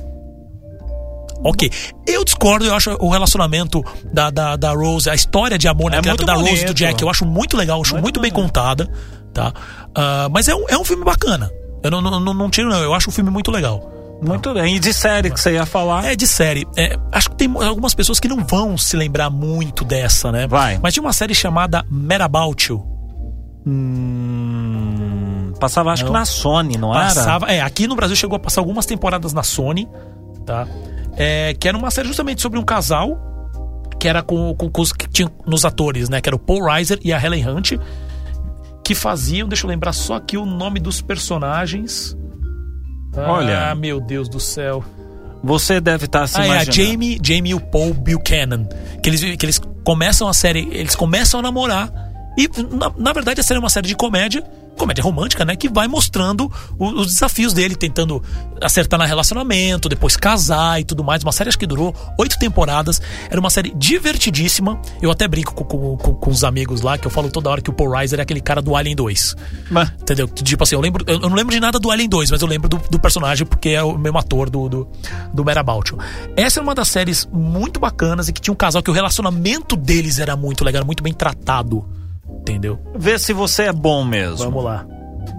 S1: Ok. Eu discordo, eu acho o relacionamento da, da, da Rose, a história de amor, né,
S4: É muito
S1: da Rose e
S4: bonito.
S1: do Jack, eu acho muito legal, eu acho muito,
S4: Muito
S1: bem
S4: bonito.
S1: contada, tá? Ah, mas é um, é um filme bacana. Eu não, não, não, não tiro, não. Eu acho o filme muito legal.
S4: Muito bem. E de série que você ia falar?
S1: É de série. É, acho que tem algumas pessoas que não vão se lembrar muito dessa, né?
S4: Vai.
S1: Mas tinha uma série chamada Mad About You.
S4: Hum, passava acho
S1: Não.
S4: que na Sony, não
S1: Passava, é, aqui no Brasil chegou a passar algumas temporadas na Sony, tá? É, que era uma série justamente sobre um casal que era com, com, com os que tinham nos atores, né? Que era o Paul Reiser e a Helen Hunt, que faziam, deixa eu lembrar só aqui o nome dos personagens.
S4: Olha.
S1: Ah, meu Deus do céu.
S4: era? Você deve estar se
S1: Ah, é a
S4: imaginando.
S1: Jamie, Jamie e o Paul Buchanan. Que eles, que eles começam a série, eles começam a namorar. E, na, na verdade, a série é uma série de comédia, comédia romântica, né? Que vai mostrando o, os desafios dele, tentando acertar no relacionamento, depois casar e tudo mais. Uma série acho que durou oito temporadas. Era uma série divertidíssima. Eu até brinco com, com, com, com os amigos lá, que eu falo toda hora que o Paul Reiser é aquele cara do Alien dois.
S4: Mas...
S1: Entendeu? Tipo assim, eu lembro, eu não lembro de nada do Alien dois, mas eu lembro do, do personagem porque é o mesmo ator do, do, do Merabout. Essa é uma das séries muito bacanas e que tinha um casal que o relacionamento deles era muito legal, era muito bem tratado. Entendeu?
S4: Vê se você é bom mesmo.
S1: Vamos lá.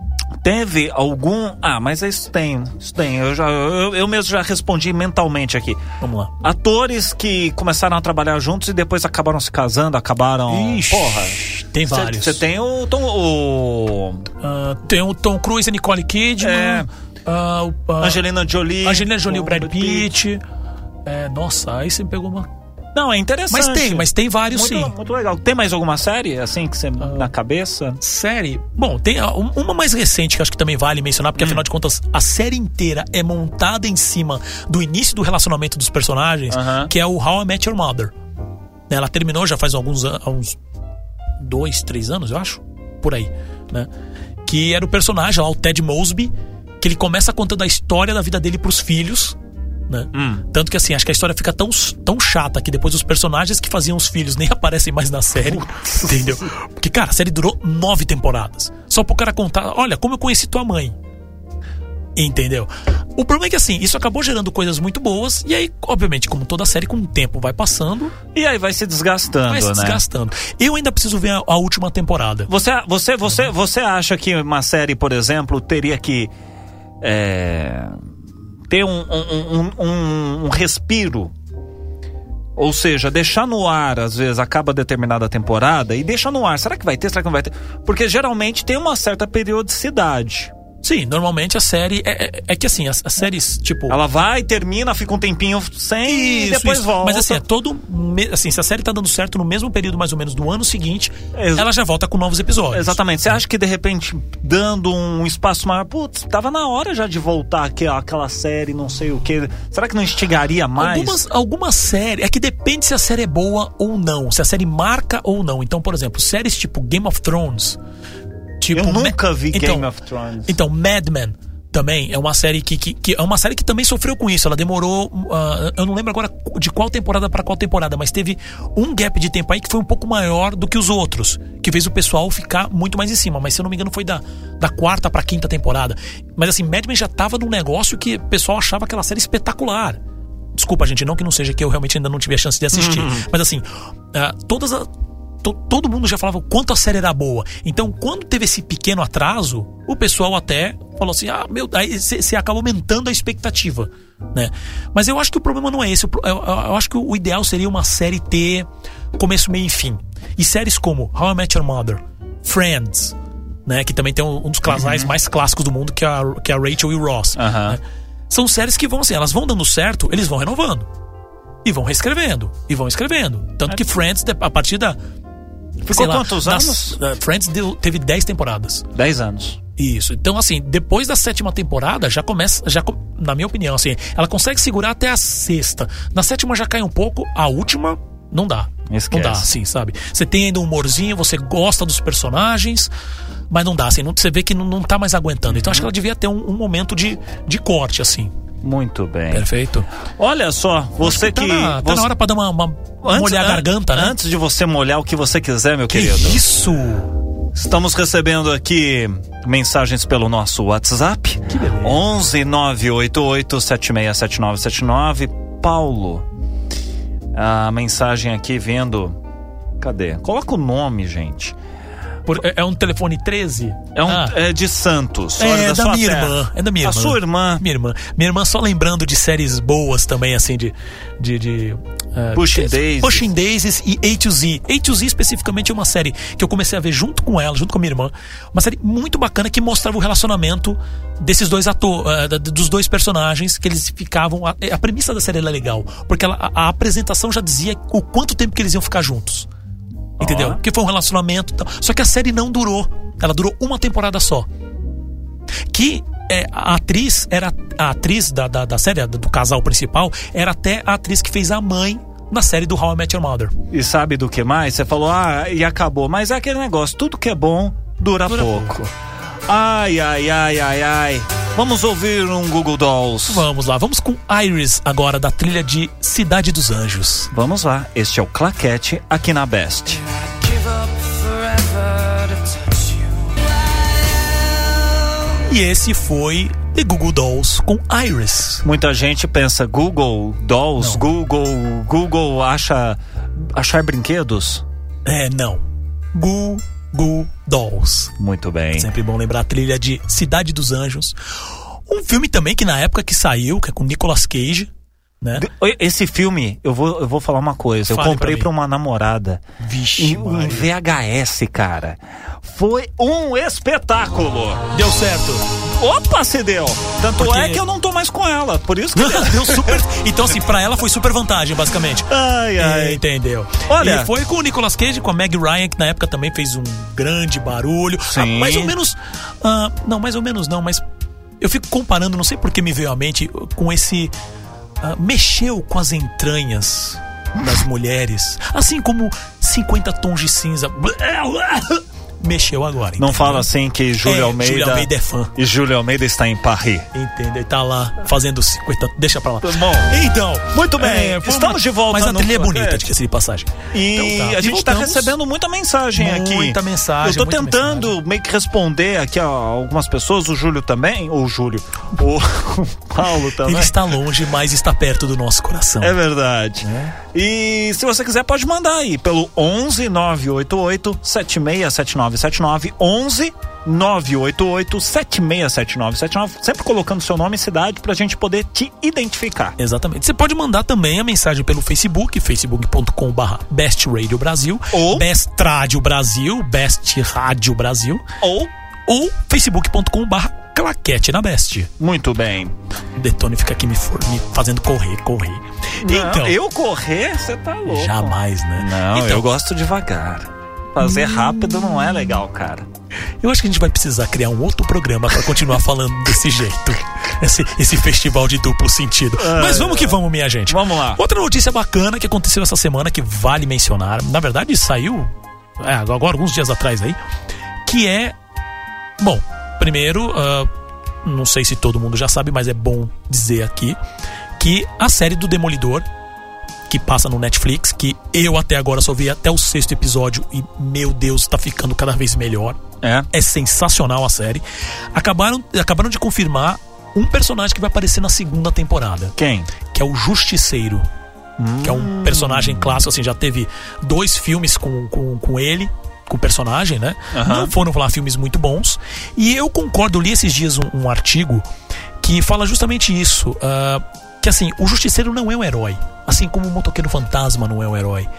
S4: Teve algum... Ah, mas isso tem, isso tem. Eu, já, eu, eu mesmo já respondi mentalmente aqui.
S1: Vamos lá.
S4: Atores que começaram a trabalhar juntos e depois acabaram se casando, acabaram...
S1: Ixi,
S4: porra.
S1: Tem vários.
S4: Você tem o Tom... O...
S1: Uh, tem o Tom Cruise e Nicole Kidman.
S4: É.
S1: Uh, uh,
S4: Angelina Jolie.
S1: Angelina Jolie e o Brad
S4: Pitt.
S1: Pitt. É, nossa, aí você pegou uma...
S4: Não, é interessante.
S1: Mas tem, mas tem vários
S4: muito,
S1: sim.
S4: Muito legal. Tem mais alguma série, assim, que você uh, na cabeça?
S1: Série? Bom, tem uma mais recente que acho que também vale mencionar, porque hum. afinal de contas a série inteira é montada em cima do início do relacionamento dos personagens, uh-huh. que é o How I Met Your Mother. Ela terminou já faz alguns uns dois, três anos, eu acho, por aí, né? Que era o personagem lá, o Ted Mosby, que ele começa contando a história da vida dele pros filhos. Né? Hum. Tanto que assim, acho que a história fica tão, tão chata que depois os personagens que faziam os filhos nem aparecem mais na série. Entendeu? Porque, cara, a série durou nove temporadas. Só pro cara contar, olha, como eu conheci tua mãe. Entendeu? O problema é que assim, isso acabou gerando coisas muito boas. E aí, obviamente, como toda série, com o tempo vai passando.
S4: E aí vai se desgastando,
S1: vai se
S4: né?
S1: desgastando. Eu ainda preciso ver a, a última temporada.
S4: Você, você, você, você acha que uma série, por exemplo, teria que é... ter um, um, um, um, um respiro, ou seja, deixar no ar, às vezes acaba determinada temporada e deixa no ar, será que vai ter, será que não vai ter? Porque geralmente tem uma certa periodicidade.
S1: Sim, normalmente a série é, é, é que assim, as, as séries, tipo...
S4: Ela vai, termina, fica um tempinho sem
S1: isso,
S4: e depois
S1: isso.
S4: volta.
S1: Mas assim, é todo... Assim, se a série tá dando certo no mesmo período mais ou menos do ano seguinte, Ex- ela já volta com novos episódios.
S4: Exatamente. Você acha que de repente, dando um espaço maior, putz, tava na hora já de voltar aquela, aquela série, não sei o que. Será que não instigaria mais?
S1: Algumas, algumas séries... É que depende se a série é boa ou não, se a série marca ou não. Então, por exemplo, séries tipo Game of Thrones... Tipo,
S4: eu nunca vi
S1: então,
S4: Game of Thrones.
S1: Então, Mad Men também é uma série que, que, que é uma série que também sofreu com isso. Ela demorou, uh, eu não lembro agora de qual temporada para qual temporada, mas teve um gap de tempo aí que foi um pouco maior do que os outros, que fez o pessoal ficar muito mais em cima. Mas se eu não me engano foi da, da quarta para quinta temporada. Mas assim, Mad Men já tava num negócio que o pessoal achava aquela série espetacular. Desculpa, gente, não que não seja que eu realmente ainda não tive a chance de assistir. Uhum. Mas assim, uh, todas as... todo mundo já falava o quanto a série era boa. Então, quando teve esse pequeno atraso, o pessoal até falou assim, ah, meu, aí você acaba aumentando a expectativa, né? Mas eu acho que o problema não é esse. Eu, eu, eu acho que o ideal seria uma série ter começo, meio e fim. E séries como How I Met Your Mother, Friends, né? Que também tem um, um dos casais uhum. mais clássicos do mundo, que é a, que é a Rachel e o Ross. Uhum. Né? São séries que vão assim, elas vão dando certo, eles vão renovando. E vão reescrevendo. E vão escrevendo. Tanto é. que Friends, a partir da...
S4: Ficou quantos lá, anos?
S1: Uh, Friends deu, teve dez temporadas.
S4: dez anos.
S1: Isso. Então, assim, depois da sétima temporada, já começa, já, na minha opinião, assim, ela consegue segurar até a sexta. Na sétima já cai um pouco, a última não dá.
S4: Esquece.
S1: Não dá, assim, sabe? Você tem ainda um humorzinho, você gosta dos personagens, mas não dá, assim, não, você vê que não, não tá mais aguentando. Então, acho que ela devia ter um, um momento de, de corte, assim.
S4: Muito bem.
S1: Perfeito.
S4: Olha só, você que...
S1: Tá na, tá
S4: você...
S1: na hora pra dar uma, uma
S4: antes,
S1: molhar a garganta, né?
S4: Antes de você molhar o que você quiser, meu
S1: que
S4: querido.
S1: Isso!
S4: Estamos recebendo aqui mensagens pelo nosso WhatsApp.
S1: Que beleza.
S4: onze nove oito oito sete seis sete nove sete nove. Paulo, a mensagem aqui vendo... Cadê? Coloca o nome, gente.
S1: Por, é, é um telefone treze?
S4: É, um,
S1: ah.
S4: é de Santos.
S1: É,
S4: da,
S1: da
S4: sua
S1: minha
S4: terra.
S1: irmã. É da minha
S4: a
S1: irmã.
S4: A sua irmã.
S1: Minha irmã. Minha irmã só lembrando de séries boas também, assim, de... de, de uh,
S4: Pushing Daisies.
S1: Pushing Daisies e A to Z. A to Z especificamente é uma série que eu comecei a ver junto com ela, junto com a minha irmã. Uma série muito bacana que mostrava o relacionamento desses dois atores, uh, dos dois personagens, que eles ficavam... A, a premissa da série era legal, porque ela, a, a apresentação já dizia o quanto tempo que eles iam ficar juntos. Entendeu? Porque foi um relacionamento. Só que a série não durou. Ela durou uma temporada só. Que é, a atriz era a atriz da, da, da série, do casal principal, era até a atriz que fez a mãe na série do How I Met Your Mother.
S4: E sabe do que mais? Você falou, ah, e acabou. Mas é aquele negócio, tudo que é bom dura, dura pouco. pouco. Ai, ai, ai, ai, ai. Vamos ouvir um Google Dolls.
S1: Vamos lá, vamos com Iris agora, da trilha de Cidade dos Anjos.
S4: Vamos lá, este é o Claquete aqui na Best.
S1: E esse foi The Google Dolls com Iris.
S4: Muita gente pensa Google Dolls, não. Google, Google acha achar brinquedos?
S1: É, não. Google Dolls.
S4: Muito bem.
S1: Sempre bom lembrar a trilha de Cidade dos Anjos. Um filme também que na época que saiu, que é com Nicolas Cage, né?
S4: Esse filme, eu vou, eu vou falar uma coisa. Fale, eu comprei pra, pra uma namorada.
S1: Vixe,
S4: em, em V H S, cara. Foi um espetáculo.
S1: Deu certo.
S4: Opa, se deu. Tanto Porque... é que eu não tô mais com ela. Por isso que
S1: deu super. Então, assim, pra ela foi super vantagem, basicamente.
S4: Ai, ai.
S1: Entendeu?
S4: Olha.
S1: E foi com o Nicolas Cage, com a Meg Ryan, que na época também fez um grande barulho.
S4: Sim.
S1: Ah, mais ou menos. Ah, não, mais ou menos não, mas eu fico comparando, não sei por que me veio à mente, com esse. Uh, mexeu com as entranhas das mulheres, assim como cinquenta tons de cinza mexeu agora.
S4: Não
S1: entendeu?
S4: Fala assim que Júlio
S1: é,
S4: Almeida
S1: Júlio Almeida é fã.
S4: E Júlio Almeida está em Paris.
S1: Entendeu? Ele tá lá fazendo cinquenta. Deixa pra lá.
S4: Bom,
S1: então,
S4: muito bem.
S1: É,
S4: estamos
S1: uma,
S4: de volta.
S1: Mas a trilha é bonita,
S4: Claquete.
S1: diga-se de passagem.
S4: E então, tá. a gente está recebendo muita mensagem
S1: muita
S4: aqui.
S1: Muita mensagem.
S4: Eu tô tentando
S1: mensagem.
S4: meio que responder aqui a algumas pessoas. O Júlio também. Ou o Júlio. O Paulo também.
S1: Ele está longe, mas está perto do nosso coração.
S4: É verdade.
S1: É.
S4: E se você quiser, pode mandar aí pelo onze nove oito oito sete seis sete nove sete nove. onze nove oito oito sete seis sete nove sete nove, sempre colocando seu nome e cidade pra gente poder te identificar.
S1: Exatamente. Você pode mandar também a mensagem pelo Facebook, facebook ponto com barra Best Radio Brasil,
S4: ou
S1: Best Radio Brasil, Best Rádio Brasil,
S4: ou
S1: ou facebook ponto com barra Claquete na Best.
S4: Muito bem.
S1: O Detone fica aqui me, for, me fazendo correr, correr.
S4: Não,
S1: então,
S4: eu correr, você tá louco.
S1: Jamais, né?
S4: Não,
S1: então,
S4: eu gosto devagar. Fazer rápido não é legal, cara.
S1: Eu acho que a gente vai precisar criar um outro programa pra continuar falando desse jeito. Esse, esse festival de duplo sentido. Ai, Mas vamos que vamos, minha gente.
S4: Vamos lá.
S1: Outra notícia bacana que aconteceu essa semana, que vale mencionar. Na verdade, saiu é, agora, alguns dias atrás aí. Que é... Bom, primeiro, uh, não sei se todo mundo já sabe, mas é bom dizer aqui que a série do Demolidor, que passa no Netflix, que eu até agora só vi até o sexto episódio e, meu Deus, tá ficando cada vez melhor.
S4: É,
S1: é sensacional a série. Acabaram, acabaram de confirmar um personagem que vai aparecer na segunda temporada.
S4: Quem?
S1: Que é o Justiceiro. Hum. Que é um personagem clássico, assim, já teve dois filmes com, com, com ele, com o personagem, né? Uhum. Não foram falar filmes muito bons. E eu concordo, eu li esses dias um, um artigo que fala justamente isso. Uh, que assim, o Justiceiro não é um herói. Assim como o Motoqueiro Fantasma não é um herói.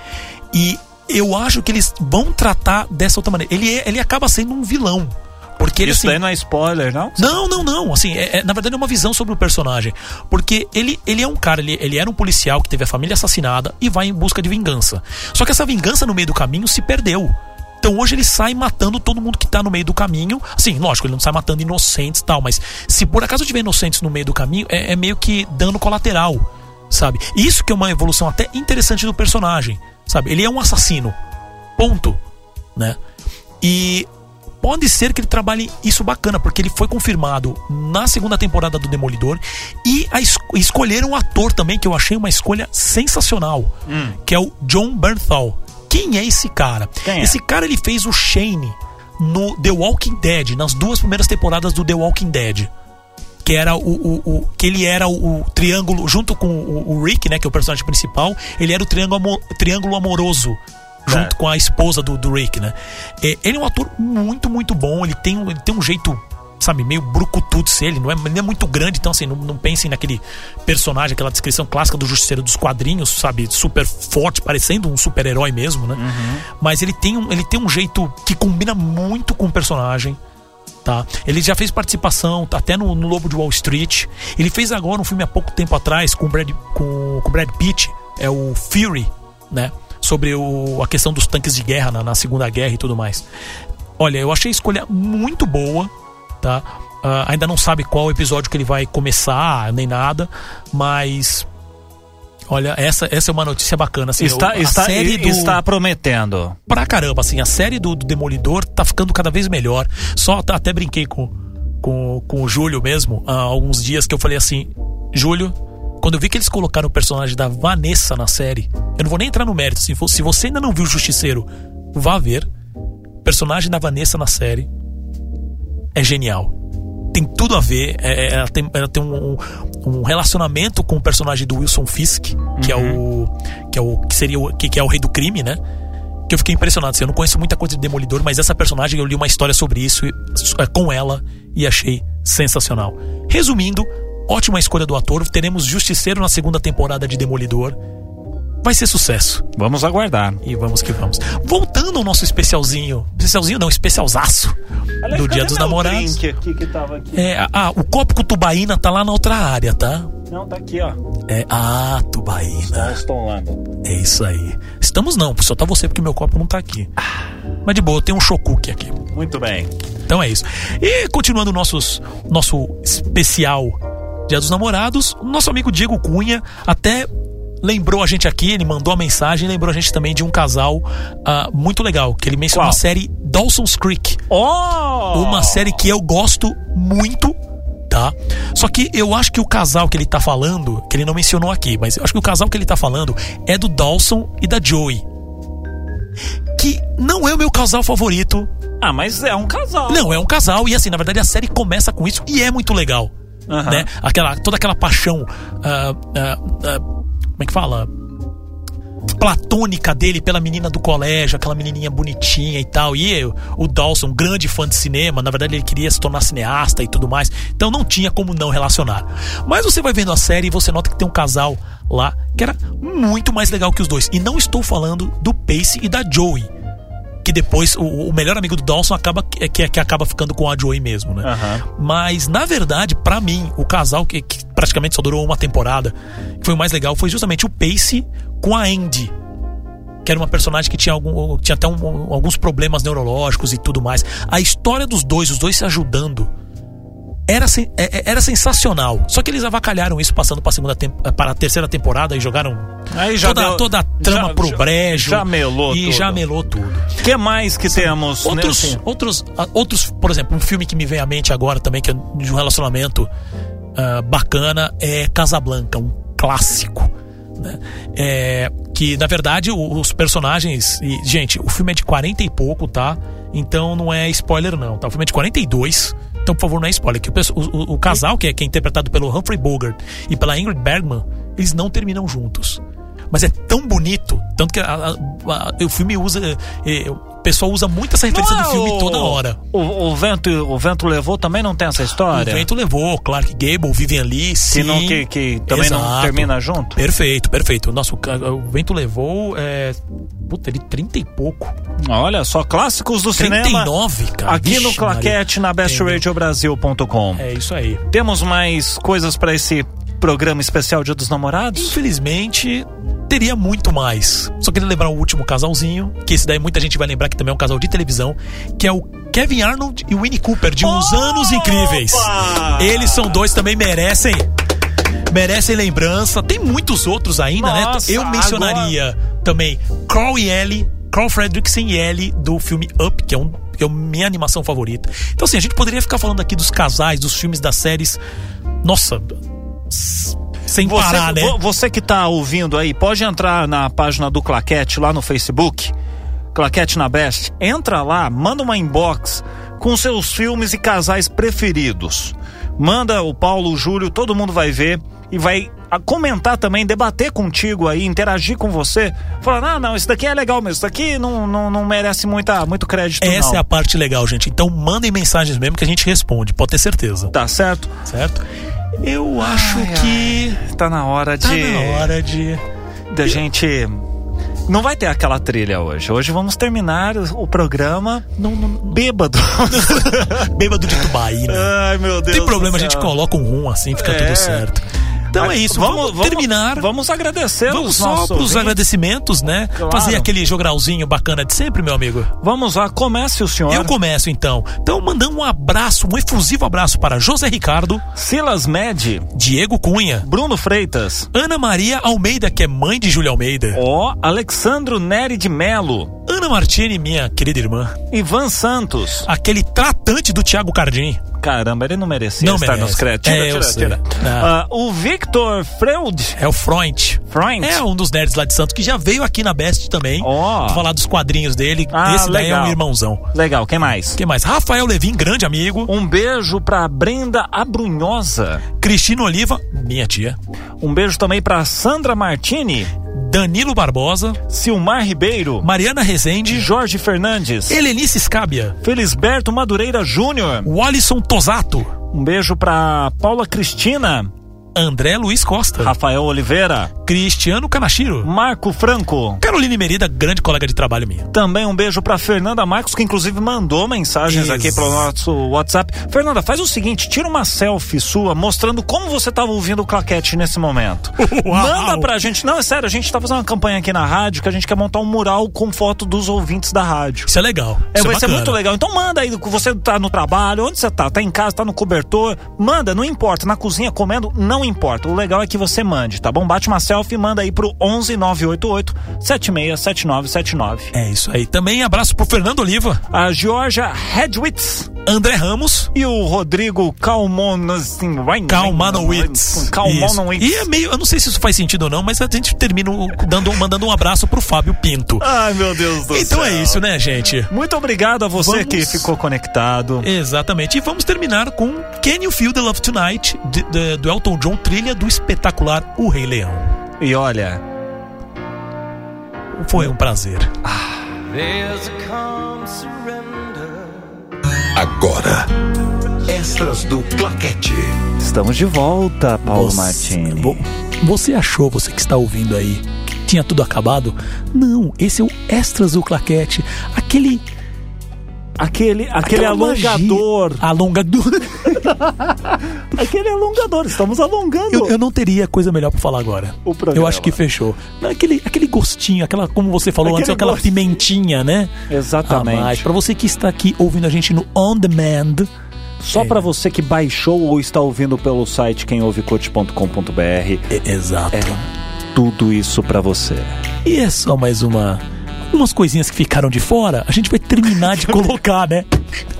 S1: E eu acho que eles vão tratar dessa outra maneira. Ele, é, ele acaba sendo um vilão. Porque ele,
S4: Isso
S1: assim,
S4: daí não é spoiler, não?
S1: Não, não, não. Assim, é, é, na verdade é uma visão sobre o personagem. Porque ele, ele é um cara, ele, ele era um policial que teve a família assassinada e vai em busca de vingança. Só que essa vingança no meio do caminho se perdeu. Então hoje ele sai matando todo mundo que tá no meio do caminho. Assim, lógico, ele não sai matando inocentes e tal, mas se por acaso tiver inocentes no meio do caminho, é, é meio que dano colateral, sabe? Isso que é uma evolução até interessante do personagem, sabe? Ele é um assassino, ponto, né? E pode ser que ele trabalhe isso bacana, porque ele foi confirmado na segunda temporada do Demolidor e a es- escolheram um ator também que eu achei uma escolha sensacional, hum. que é o Jon Bernthal. Quem é esse cara?
S4: Quem é?
S1: Esse cara, ele fez o Shane no The Walking Dead, nas duas primeiras temporadas do The Walking Dead. Que era o, o, o que ele era o, o triângulo, junto com o, o Rick, né, que é o personagem principal, ele era o triângulo, amor, triângulo amoroso junto é. com a esposa do, do Rick, né? É, ele é um ator muito, muito bom. Ele tem, ele tem um jeito, sabe, meio brucutu de ser. Ele não é, ele é muito grande, então assim, não, não pensem naquele personagem, aquela descrição clássica do Justiceiro dos quadrinhos, sabe, super forte, parecendo um super-herói mesmo, né? Uhum. Mas ele tem, um, ele tem um jeito que combina muito com o personagem. Tá? Ele já fez participação até no, no Lobo de Wall Street. Ele fez agora um filme há pouco tempo atrás com o Brad, com, com Brad Pitt, é o Fury, né? Sobre o, a questão dos tanques de guerra na, na Segunda Guerra e tudo mais. Olha, eu achei a escolha muito boa, tá? Uh, ainda não sabe qual episódio que ele vai começar, nem nada, mas Olha, essa, essa é uma notícia bacana. Assim,
S4: está,
S1: a
S4: está,
S1: série do...
S4: está prometendo.
S1: Pra caramba, assim, a série do, do Demolidor tá ficando cada vez melhor. Só até brinquei com, com, com o Júlio mesmo, há alguns dias, que eu falei assim, Júlio, quando eu vi que eles colocaram o personagem da Vanessa na série, eu não vou nem entrar no mérito, assim, se você ainda não viu o Justiceiro, vá ver. O personagem da Vanessa na série é genial. Tem tudo a ver, é, ela tem, ela tem um, um, um relacionamento com o personagem do Wilson Fisk, que uhum. é o que é o que seria o, que, que é o rei do crime, né? Que eu fiquei impressionado. Assim, eu não conheço muita coisa de Demolidor, mas essa personagem eu li uma história sobre isso é, com ela e achei sensacional. Resumindo, ótima escolha do ator. Teremos Justiceiro na segunda temporada de Demolidor. Vai ser sucesso.
S4: Vamos aguardar.
S1: E vamos que vamos. Voltando ao nosso especialzinho. Especialzinho não, especialzaço.
S4: Aliás,
S1: do Dia dos Namorados.
S4: Drink aqui que tava aqui?
S1: É, ah, o copo com tubaína tá lá na outra área, tá?
S4: Não, tá aqui, ó.
S1: É, ah, tubaína.
S4: Estão lá.
S1: É isso aí. Estamos não, só tá você porque meu copo não tá aqui. Mas de boa, tem um chocuque aqui.
S4: Muito bem.
S1: Então é isso. E continuando o nossos, nosso especial Dia dos Namorados, o nosso amigo Diego Cunha até lembrou a gente aqui, ele mandou a mensagem, lembrou a gente também de um casal uh, muito legal, que ele mencionou
S4: Qual?
S1: a série Dawson's Creek.
S4: Oh!
S1: Uma série que eu gosto muito, tá? Só que eu acho que o casal que ele tá falando, que ele não mencionou aqui, mas eu acho que o casal que ele tá falando é do Dawson e da Joey. Que não é o meu casal favorito.
S4: Ah, mas é um casal.
S1: Não, é um casal, e assim, na verdade a série começa com isso e é muito legal. Uhum. Né? Aquela, toda aquela paixão... Uh, uh, uh, como é que fala? Platônica dele pela menina do colégio, aquela menininha bonitinha e tal. E eu, o Dawson, grande fã de cinema, na verdade ele queria se tornar cineasta e tudo mais. Então não tinha como não relacionar. Mas você vai vendo a série e você nota que tem um casal lá que era muito mais legal que os dois. E não estou falando do Pace e da Joey, que depois o, o melhor amigo do Dawson acaba, que, que acaba ficando com a Joey mesmo, né? Uhum. Mas na verdade, pra mim, o casal que, que praticamente só durou uma temporada, que foi o mais legal, foi justamente o Pace com a Andy, que era uma personagem que tinha, algum, tinha até um, alguns problemas neurológicos e tudo mais. A história dos dois, os dois se ajudando, era, era sensacional. Só que eles avacalharam isso passando para a segunda para a terceira temporada e jogaram
S4: aí já
S1: toda,
S4: deu,
S1: toda a trama
S4: já,
S1: pro brejo.
S4: Já melou
S1: e
S4: tudo.
S1: já melou tudo.
S4: O que mais que Sim. temos?
S1: Outros,
S4: nesse...
S1: outros, outros, por exemplo, um filme que me vem à mente agora também, que é de um relacionamento uh, bacana, é Casablanca, um clássico. Né? É, que na verdade os personagens e, gente, o filme é de quarenta e pouco, tá? Então não é spoiler não, tá? O filme é de quarenta e dois, então por favor não é spoiler, que o, o, o casal que é, que é interpretado pelo Humphrey Bogart e pela Ingrid Bergman, eles não terminam juntos, mas é tão bonito, tanto que a, a, a, o filme usa é, o pessoal usa muito essa referência não, do filme o, toda hora.
S4: O, o, vento, o Vento Levou também não tem essa história?
S1: O Vento Levou, Clark Gable, Vivian Lee, sim.
S4: Que, não, que, que também Exato. Não termina junto?
S1: Perfeito, perfeito. Nossa, o, o Vento Levou é... Puta, ele trinta e pouco.
S4: Olha, só clássicos do
S1: trinta e nove,
S4: cinema.
S1: Cara.
S4: Aqui
S1: Vixe,
S4: no Claquete, na best radio brasil ponto com.
S1: É isso aí.
S4: Temos mais coisas pra esse programa especial Dia dos Namorados?
S1: Infelizmente, teria muito mais. Só queria lembrar o último casalzinho, que esse daí muita gente vai lembrar que também é um casal de televisão, que é o Kevin Arnold e o Winnie Cooper, de uns Opa! Anos Incríveis. Eles são dois, também merecem merecem lembrança. Tem muitos outros ainda, Nossa, né? Eu mencionaria agora... também Carl e Ellie, Carl Fredricksen e Ellie do filme Up, que é um que é a minha animação favorita. Então assim, a gente poderia ficar falando aqui dos casais, dos filmes, das séries. Nossa, sem
S4: você,
S1: parar, né?
S4: Você que tá ouvindo aí, pode entrar na página do Claquete lá no Facebook, Claquete na Best. Entra lá, manda uma inbox com seus filmes e casais preferidos. Manda o Paulo, o Júlio, todo mundo vai ver e vai comentar também, debater contigo aí, interagir com você, falar, não, não, isso daqui é legal mesmo, isso daqui não, não, não merece muita, muito crédito.
S1: Essa
S4: não.
S1: é a parte legal, gente. Então mandem mensagens mesmo que a gente responde, pode ter certeza.
S4: Tá certo?
S1: Certo? Eu acho ai, que
S4: ai, tá na hora de
S1: tá na hora de
S4: da gente. Não vai ter aquela trilha hoje. Hoje vamos terminar o programa
S1: não, não,
S4: bêbado.
S1: Bêbado de tubaína.
S4: Ai, meu Deus.
S1: Tem problema, a gente coloca um rum assim, fica é. tudo certo. Então é isso, vamos, vamos terminar.
S4: Vamos agradecer
S1: Vamos
S4: os
S1: só
S4: nossos
S1: pros
S4: ouvintes.
S1: agradecimentos, né?
S4: Claro.
S1: Fazer aquele jogralzinho bacana de sempre, meu amigo.
S4: Vamos lá, comece o senhor.
S1: Eu começo então. Então, mandando um abraço, um efusivo abraço para José Ricardo,
S4: Silas Med,
S1: Diego Cunha,
S4: Bruno Freitas,
S1: Ana Maria Almeida, que é mãe de Júlia Almeida,
S4: ó, Alexandro Neri de Melo,
S1: Ana Martini, minha querida irmã,
S4: Ivan Santos,
S1: aquele tratante do Thiago Cardim.
S4: Caramba, ele não merecia
S1: Não
S4: estar
S1: merece.
S4: nos créditos. Tira,
S1: É, eu
S4: tira,
S1: sei.
S4: tira.
S1: Ah.
S4: Ah, o Victor Freud.
S1: É o Freund.
S4: Freund.
S1: É um dos nerds lá de Santos que já veio aqui na Best também.
S4: Ó.
S1: Pra falar dos quadrinhos dele.
S4: Ah,
S1: Esse daí
S4: legal.
S1: é um irmãozão.
S4: Legal, quem mais?
S1: Quem mais? Rafael Levin, grande amigo.
S4: Um beijo pra Brenda Abrunhosa.
S1: Cristina Oliva, minha tia.
S4: Um beijo também pra Sandra Martini,
S1: Danilo Barbosa,
S4: Silmar Ribeiro,
S1: Mariana Rezende,
S4: Jorge Fernandes,
S1: Helenice Scábia,
S4: Felisberto Madureira Júnior.
S1: Walisson Tosato,
S4: Um beijo pra Paula Cristina,
S1: André Luiz Costa,
S4: Rafael Oliveira,
S1: Cristiano Kanashiro,
S4: Marco Franco.
S1: Caroline Merida, grande colega de trabalho minha.
S4: Também um beijo pra Fernanda Marcos, que inclusive mandou mensagens
S1: Isso.
S4: aqui pro nosso WhatsApp. Fernanda, faz o seguinte, tira uma selfie sua mostrando como você tava ouvindo o Claquete nesse momento.
S1: Uau.
S4: Manda pra gente. Não, é sério, a gente tá fazendo uma campanha aqui na rádio que a gente quer montar um mural com foto dos ouvintes da rádio.
S1: Isso é legal.
S4: É,
S1: Isso
S4: vai
S1: é
S4: ser
S1: bacana.
S4: muito legal. Então manda aí, você tá no trabalho, onde você tá? Tá em casa, tá no cobertor? Manda, não importa. Na cozinha, comendo, não importa. O legal é que você mande, tá bom? Bate uma selfie e manda aí pro onze nove oito oito sete seis sete nove sete nove.
S1: É isso aí. Também abraço pro Fernando Oliva,
S4: A Georgia Hedwitz
S1: André Ramos,
S4: e o Rodrigo Kalmonowitz.
S1: Kalmanowitz.
S4: Kalmanowitz.
S1: Isso. E é meio, eu não sei se isso faz sentido ou não, mas a gente termina o- dando, mandando um abraço pro Fábio Pinto.
S4: Ai, meu Deus do
S1: Então
S4: céu.
S1: é isso, né, gente?
S4: Muito obrigado a você
S1: Vamos-
S4: que ficou conectado.
S1: Exatamente. E vamos terminar com Can You Feel the Love Tonight, de, de, do Elton John, trilha do espetacular O Rei Leão.
S4: E olha,
S1: Foi um prazer.
S3: Agora, extras do Claquete.
S4: estamos de volta, Paulo
S1: Você-
S4: Martini.
S1: vo- Você achou, você que está ouvindo aí, que tinha tudo acabado? Não, esse é o Extras do Claquete. Aquele...
S4: Aquele, aquele
S1: aquela
S4: alongador.
S1: magia. Alongador.
S4: Aquele alongador. Estamos alongando.
S1: Eu, eu não teria coisa melhor pra falar agora.
S4: O programa.
S1: Eu acho que fechou. Não, aquele, aquele gostinho, aquela, como você falou
S4: Aquele
S1: antes, aquela
S4: gostinho.
S1: pimentinha, né?
S4: Exatamente.
S1: Ah, mas pra você que está aqui ouvindo a gente no On Demand,
S4: Só
S1: É.
S4: pra você que baixou ou está ouvindo pelo site quem ouve coach ponto com ponto b r,
S1: é, exato.
S4: é tudo isso pra você.
S1: E é só mais uma... Umas coisinhas que ficaram de fora, a gente vai terminar de colocar, né?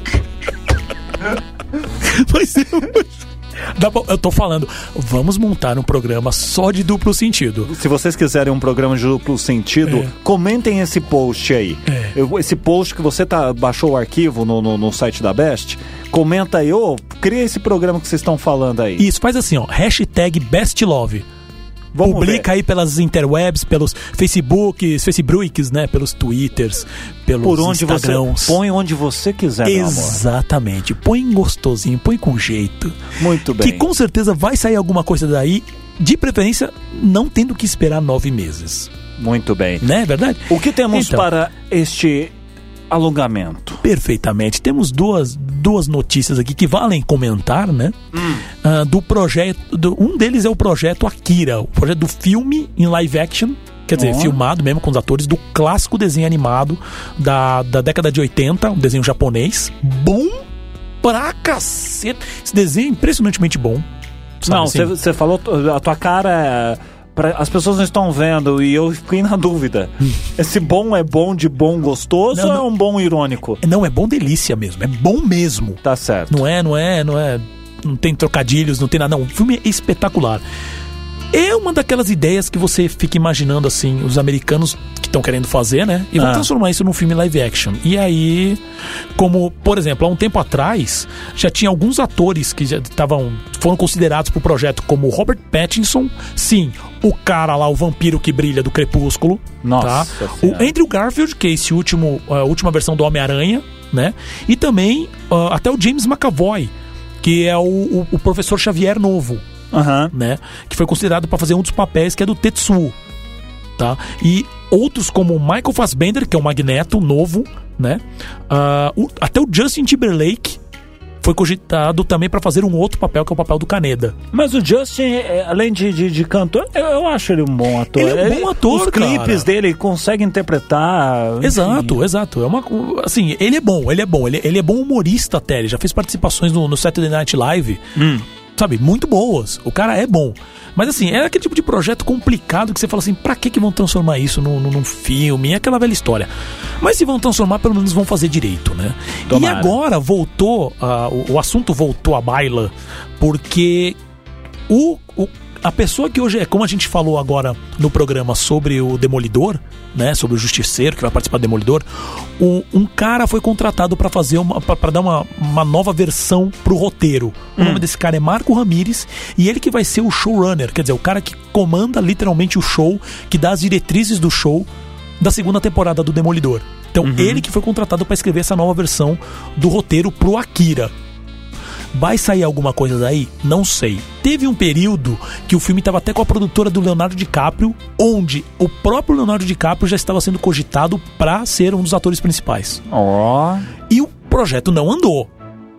S1: Mas eu... Dá pra- eu tô falando, vamos montar um programa só de duplo sentido.
S4: Se vocês quiserem um programa de duplo sentido,
S1: É.
S4: comentem esse post aí.
S1: É.
S4: Eu- esse post que você tá, baixou o arquivo no, no, no site da Best, comenta aí, ô, cria esse programa que vocês estão falando aí.
S1: Isso, faz assim, ó, hashtag BestLove.
S4: Vamos
S1: Publica
S4: ver.
S1: aí pelas interwebs, pelos Facebooks, Facebooks, né? Pelos Twitters, pelos
S4: Por onde
S1: Instagrams.
S4: você põe onde você quiser, meu amor.
S1: Exatamente. Põe gostosinho, põe com jeito.
S4: Muito bem.
S1: Que com certeza vai sair alguma coisa daí, de preferência, não tendo que esperar nove meses.
S4: Muito bem.
S1: Né, é verdade?
S4: O que temos
S1: Então.
S4: para este alongamento?
S1: Perfeitamente. Temos duas, duas notícias aqui que valem comentar, né?
S4: Hum.
S1: Ah, do projeto. Do, um deles é o projeto Akira, o projeto do filme em live action. Quer dizer,
S4: Oh.
S1: filmado mesmo com os atores do clássico desenho animado da, da década de oitenta, um desenho japonês. Bom pra cacete. Esse desenho é impressionantemente bom. sabe
S4: Não,
S1: assim?
S4: você você falou, a tua cara é... pra- as pessoas não estão vendo e eu fiquei na dúvida. Esse bom é bom de bom gostoso
S1: Não,
S4: ou
S1: não.
S4: é um bom irônico?
S1: Não, é bom delícia mesmo. É bom mesmo.
S4: Tá certo.
S1: Não é, não é, não é. Não tem trocadilhos, não tem nada. Não, o filme é espetacular. É uma daquelas ideias que você fica imaginando assim, os americanos que estão querendo fazer, né? E vão
S4: Ah.
S1: transformar isso num filme live action. E aí, como, por exemplo, há um tempo atrás, já tinha alguns atores que já estavam foram considerados pro projeto, como o Robert Pattinson, sim, o cara lá, o vampiro que brilha do Crepúsculo,
S4: Nossa
S1: tá?
S4: Senhora.
S1: O Andrew Garfield, que é esse último, a última versão do Homem-Aranha, né? E também ah, até o James McAvoy, que é o, o, o professor Xavier novo,
S4: Aham.
S1: né? Que foi considerado para fazer um dos papéis, que é do Tetsuo, tá? E outros como o Michael Fassbender, que é o Magneto novo, né? Ah, o- até o Justin Timberlake foi cogitado também pra fazer um outro papel, que é o papel do Kaneda.
S4: Mas o Justin, é, além de, de, de cantor, eu, eu acho ele um bom ator.
S1: Ele é um bom ator,
S4: Os clipes
S1: cara.
S4: dele consegue interpretar.
S1: Exato,
S4: enfim.
S1: exato. É uma, assim, ele é bom, ele é bom. Ele, ele é bom humorista até. Ele já fez participações no, no Saturday Night Live.
S4: Hum.
S1: Sabe, muito boas. O cara é bom. Mas assim, é aquele tipo de projeto complicado que você fala assim, pra que que vão transformar isso num, num filme? É aquela velha história. Mas se vão transformar, pelo menos vão fazer direito, né?
S4: Tomara.
S1: E agora voltou, uh, o, o assunto voltou à baila, porque o, o, a pessoa que hoje é, como a gente falou agora no programa sobre o Demolidor, né, sobre o Justiceiro que vai participar do Demolidor, o, um cara foi contratado para fazer uma, para dar uma, uma nova versão pro roteiro. O hum. nome desse cara é Marco Ramírez e ele que vai ser o showrunner, quer dizer, o cara que comanda literalmente o show, que dá as diretrizes do show da segunda temporada do Demolidor. Então uhum. ele que foi contratado para escrever essa nova versão do roteiro pro Akira. Vai sair alguma coisa daí? Não sei. Teve um período que o filme estava até com a produtora do Leonardo DiCaprio, onde o próprio Leonardo DiCaprio já estava sendo cogitado para ser um dos atores principais.
S4: Oh.
S1: E o projeto não andou.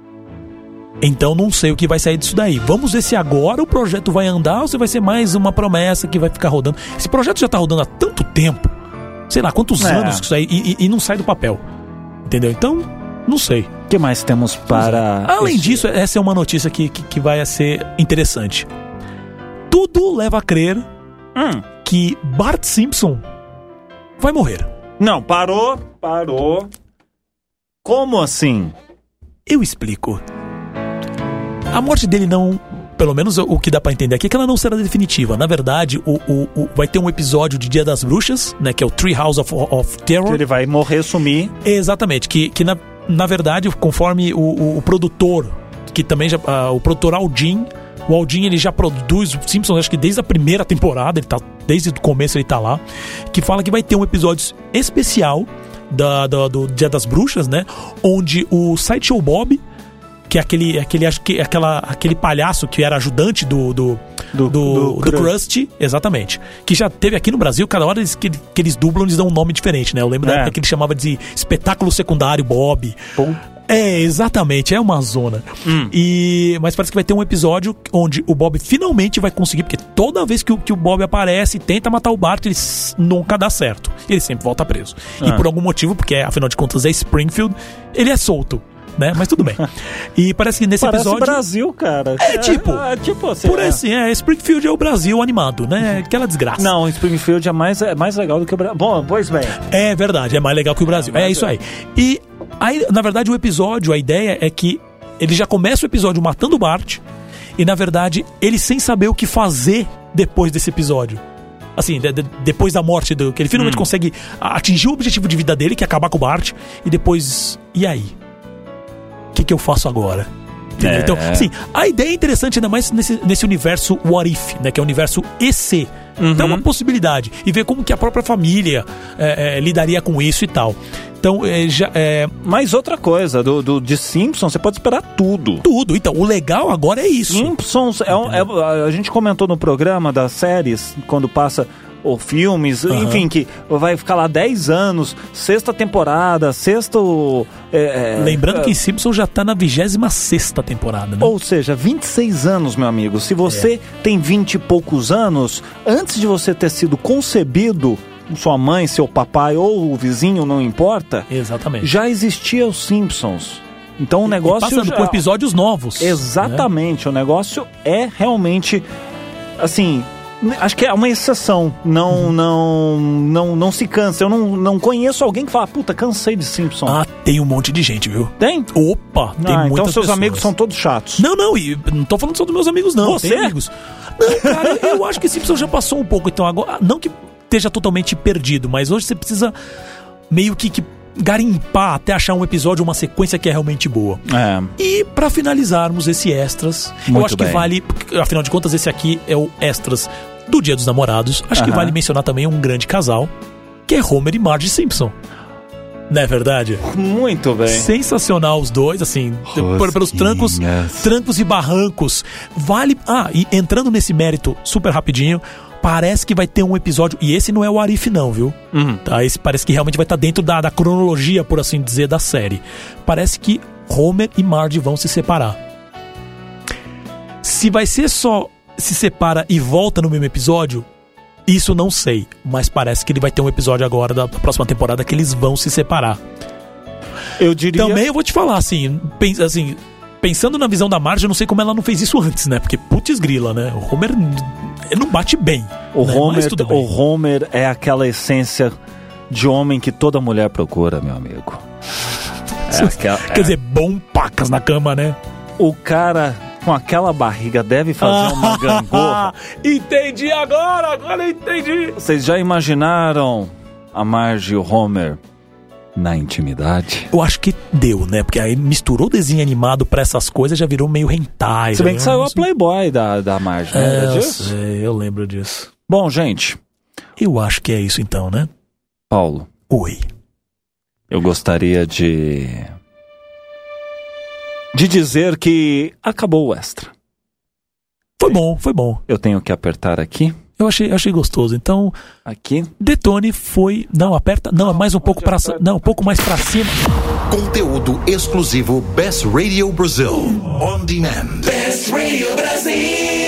S1: Então não sei o que vai sair disso daí. Vamos ver se agora o projeto vai andar ou se vai ser mais uma promessa que vai ficar rodando. Esse projeto já está rodando há tanto tempo. Sei lá, quantos é. anos que isso aí, e, e, e não sai do papel. Entendeu? Então... não sei.
S4: O que mais temos para...
S1: Além
S4: esse...
S1: disso, essa é uma notícia que, que, que vai ser interessante. Tudo leva a crer
S4: hum.
S1: que Bart Simpson vai morrer.
S4: Não, parou, parou. Como assim?
S1: Eu explico. A morte dele não... Pelo menos o que dá pra entender aqui é que ela não será definitiva. Na verdade, o, o, o, vai ter um episódio de Dia das Bruxas, né? Que é o Treehouse of, of Terror.
S4: Que ele vai morrer, sumir.
S1: Exatamente. Que, que na, na verdade, conforme o, o, o produtor, que também já... Uh, o produtor Aldin... O Aldin, ele já produz o Simpsons, acho que desde a primeira temporada, ele tá, desde o começo ele tá lá. Que fala que vai ter um episódio especial da, da, do Dia das Bruxas, né? Onde o Sideshow Bob... que é aquele, aquele, acho que, aquela, aquele palhaço que era ajudante do do, do, do, do, do Krusty, exatamente, que já teve aqui no Brasil, cada hora eles, que, que eles dublam, eles dão um nome diferente, né? Eu lembro é. da época que ele chamava de Espetáculo Secundário Bob. Bom. É, exatamente, é uma zona. Hum. E, mas parece que vai ter um episódio onde o Bob finalmente vai conseguir, porque toda vez que o, que o Bob aparece e tenta matar o Bart, ele nunca dá certo. Ele sempre volta preso. Ah. E por algum motivo, porque afinal de contas é Springfield, ele é solto. Né? Mas tudo bem. E parece que nesse
S4: parece
S1: episódio...
S4: Brasil, cara.
S1: É tipo...
S4: É, é tipo assim,
S1: por
S4: é.
S1: assim, é, Springfield é o Brasil animado, né? Aquela desgraça.
S4: Não, Springfield é mais, é mais legal do que o Brasil. Bom, pois bem.
S1: É verdade, é mais legal que o Brasil. É, é isso aí. E aí, na verdade, o episódio, a ideia é que ele já começa o episódio matando o Bart e, na verdade, ele sem saber o que fazer depois desse episódio. Assim, de, de, depois da morte do... Que ele finalmente hum. consegue atingir o objetivo de vida dele, que é acabar com o Bart, e depois... E aí? O que, que eu faço agora? É. Então, sim, a ideia é interessante, ainda mais nesse, nesse universo What If, né? Que é o universo E C. Uhum. Então é uma possibilidade. E ver como que a própria família é, é, lidaria com isso e tal. Então, é, já, é...
S4: Mas outra coisa, do, do, de Simpsons, você pode esperar tudo.
S1: Tudo. Então, o legal agora é isso.
S4: Simpsons, é, um, é, a gente comentou no programa das séries, quando passa... ou filmes, uhum. enfim, que vai ficar lá dez anos, sexta temporada, sexto... É,
S1: Lembrando
S4: é,
S1: que Simpsons já tá na vigésima sexta temporada, né?
S4: Ou seja, vinte e seis anos, meu amigo. Se você é. tem vinte e poucos anos, antes de você ter sido concebido, sua mãe, seu papai ou o vizinho, não importa.
S1: Exatamente.
S4: Já existia os Simpsons. Então o negócio...
S1: E passando
S4: já...
S1: por episódios novos.
S4: Exatamente, né? O negócio é realmente, assim... Acho que é uma exceção. Não, uhum. não, não, não se cansa. Eu não, não conheço alguém que fala, puta, cansei de Simpsons.
S1: Ah, tem um monte de gente, viu?
S4: Tem?
S1: Opa, tem
S4: ah,
S1: muitas
S4: então seus
S1: pessoas.
S4: amigos são todos chatos.
S1: Não, não, e não tô falando só dos meus amigos, não.
S4: Você?
S1: Tem amigos. Não, cara, eu acho que Simpsons já passou um pouco. Então agora, não que esteja totalmente perdido, mas hoje você precisa meio que, que garimpar até achar um episódio, uma sequência que é realmente boa.
S4: É.
S1: E pra finalizarmos esse extras,
S4: Muito
S1: eu acho
S4: bem.
S1: que vale, afinal de contas, esse aqui é o extras do Dia dos Namorados. Acho uh-huh. que vale mencionar também um grande casal, que é Homer e Marge Simpson. Não é verdade?
S4: Muito bem.
S1: Sensacional os dois, assim, por, pelos trancos, trancos e barrancos. Vale... Ah, e entrando nesse mérito super rapidinho, parece que vai ter um episódio, e esse não é o What If não, viu? Uhum. Tá, esse parece que realmente vai estar dentro da, da cronologia, por assim dizer, da série. Parece que Homer e Marge vão se separar. Se vai ser só se separa e volta no mesmo episódio, isso não sei. Mas parece que ele vai ter um episódio agora da próxima temporada que eles vão se separar.
S4: Eu diria...
S1: Também eu vou te falar, assim, pens- assim pensando na visão da Marge, eu não sei como ela não fez isso antes, né? Porque, putz grila, né? O Homer ele não bate bem.
S4: O,
S1: né?
S4: Homer,
S1: Mas tudo bem.
S4: o Homer é aquela essência de homem que toda mulher procura, meu amigo. É aquela,
S1: Quer
S4: é...
S1: dizer, bom pacas na cama, né?
S4: O cara com aquela barriga deve fazer uma gangorra.
S1: Entendi agora, agora eu entendi.
S4: Vocês já imaginaram a Marge e o Homer na intimidade?
S1: Eu acho que deu, né? Porque aí misturou desenho animado pra essas coisas, já virou meio hentai.
S4: Se bem que
S1: né?
S4: saiu a Playboy da, da Marge, né?
S1: É,
S4: Lembra
S1: eu
S4: disso?
S1: sei, eu lembro disso.
S4: Bom, gente,
S1: Eu acho que é isso então, né?
S4: Paulo,
S1: Oi.
S4: eu gostaria de... de dizer que acabou o extra.
S1: Foi bom, foi bom.
S4: Eu tenho que apertar aqui.
S1: Eu achei, achei gostoso. Então,
S4: Aqui.
S1: Detone foi... Não, aperta... Não, é mais um pouco pra... Não, um pouco mais pra cima.
S3: Conteúdo exclusivo Best Radio Brasil. On Demand.
S5: Best Radio Brasil.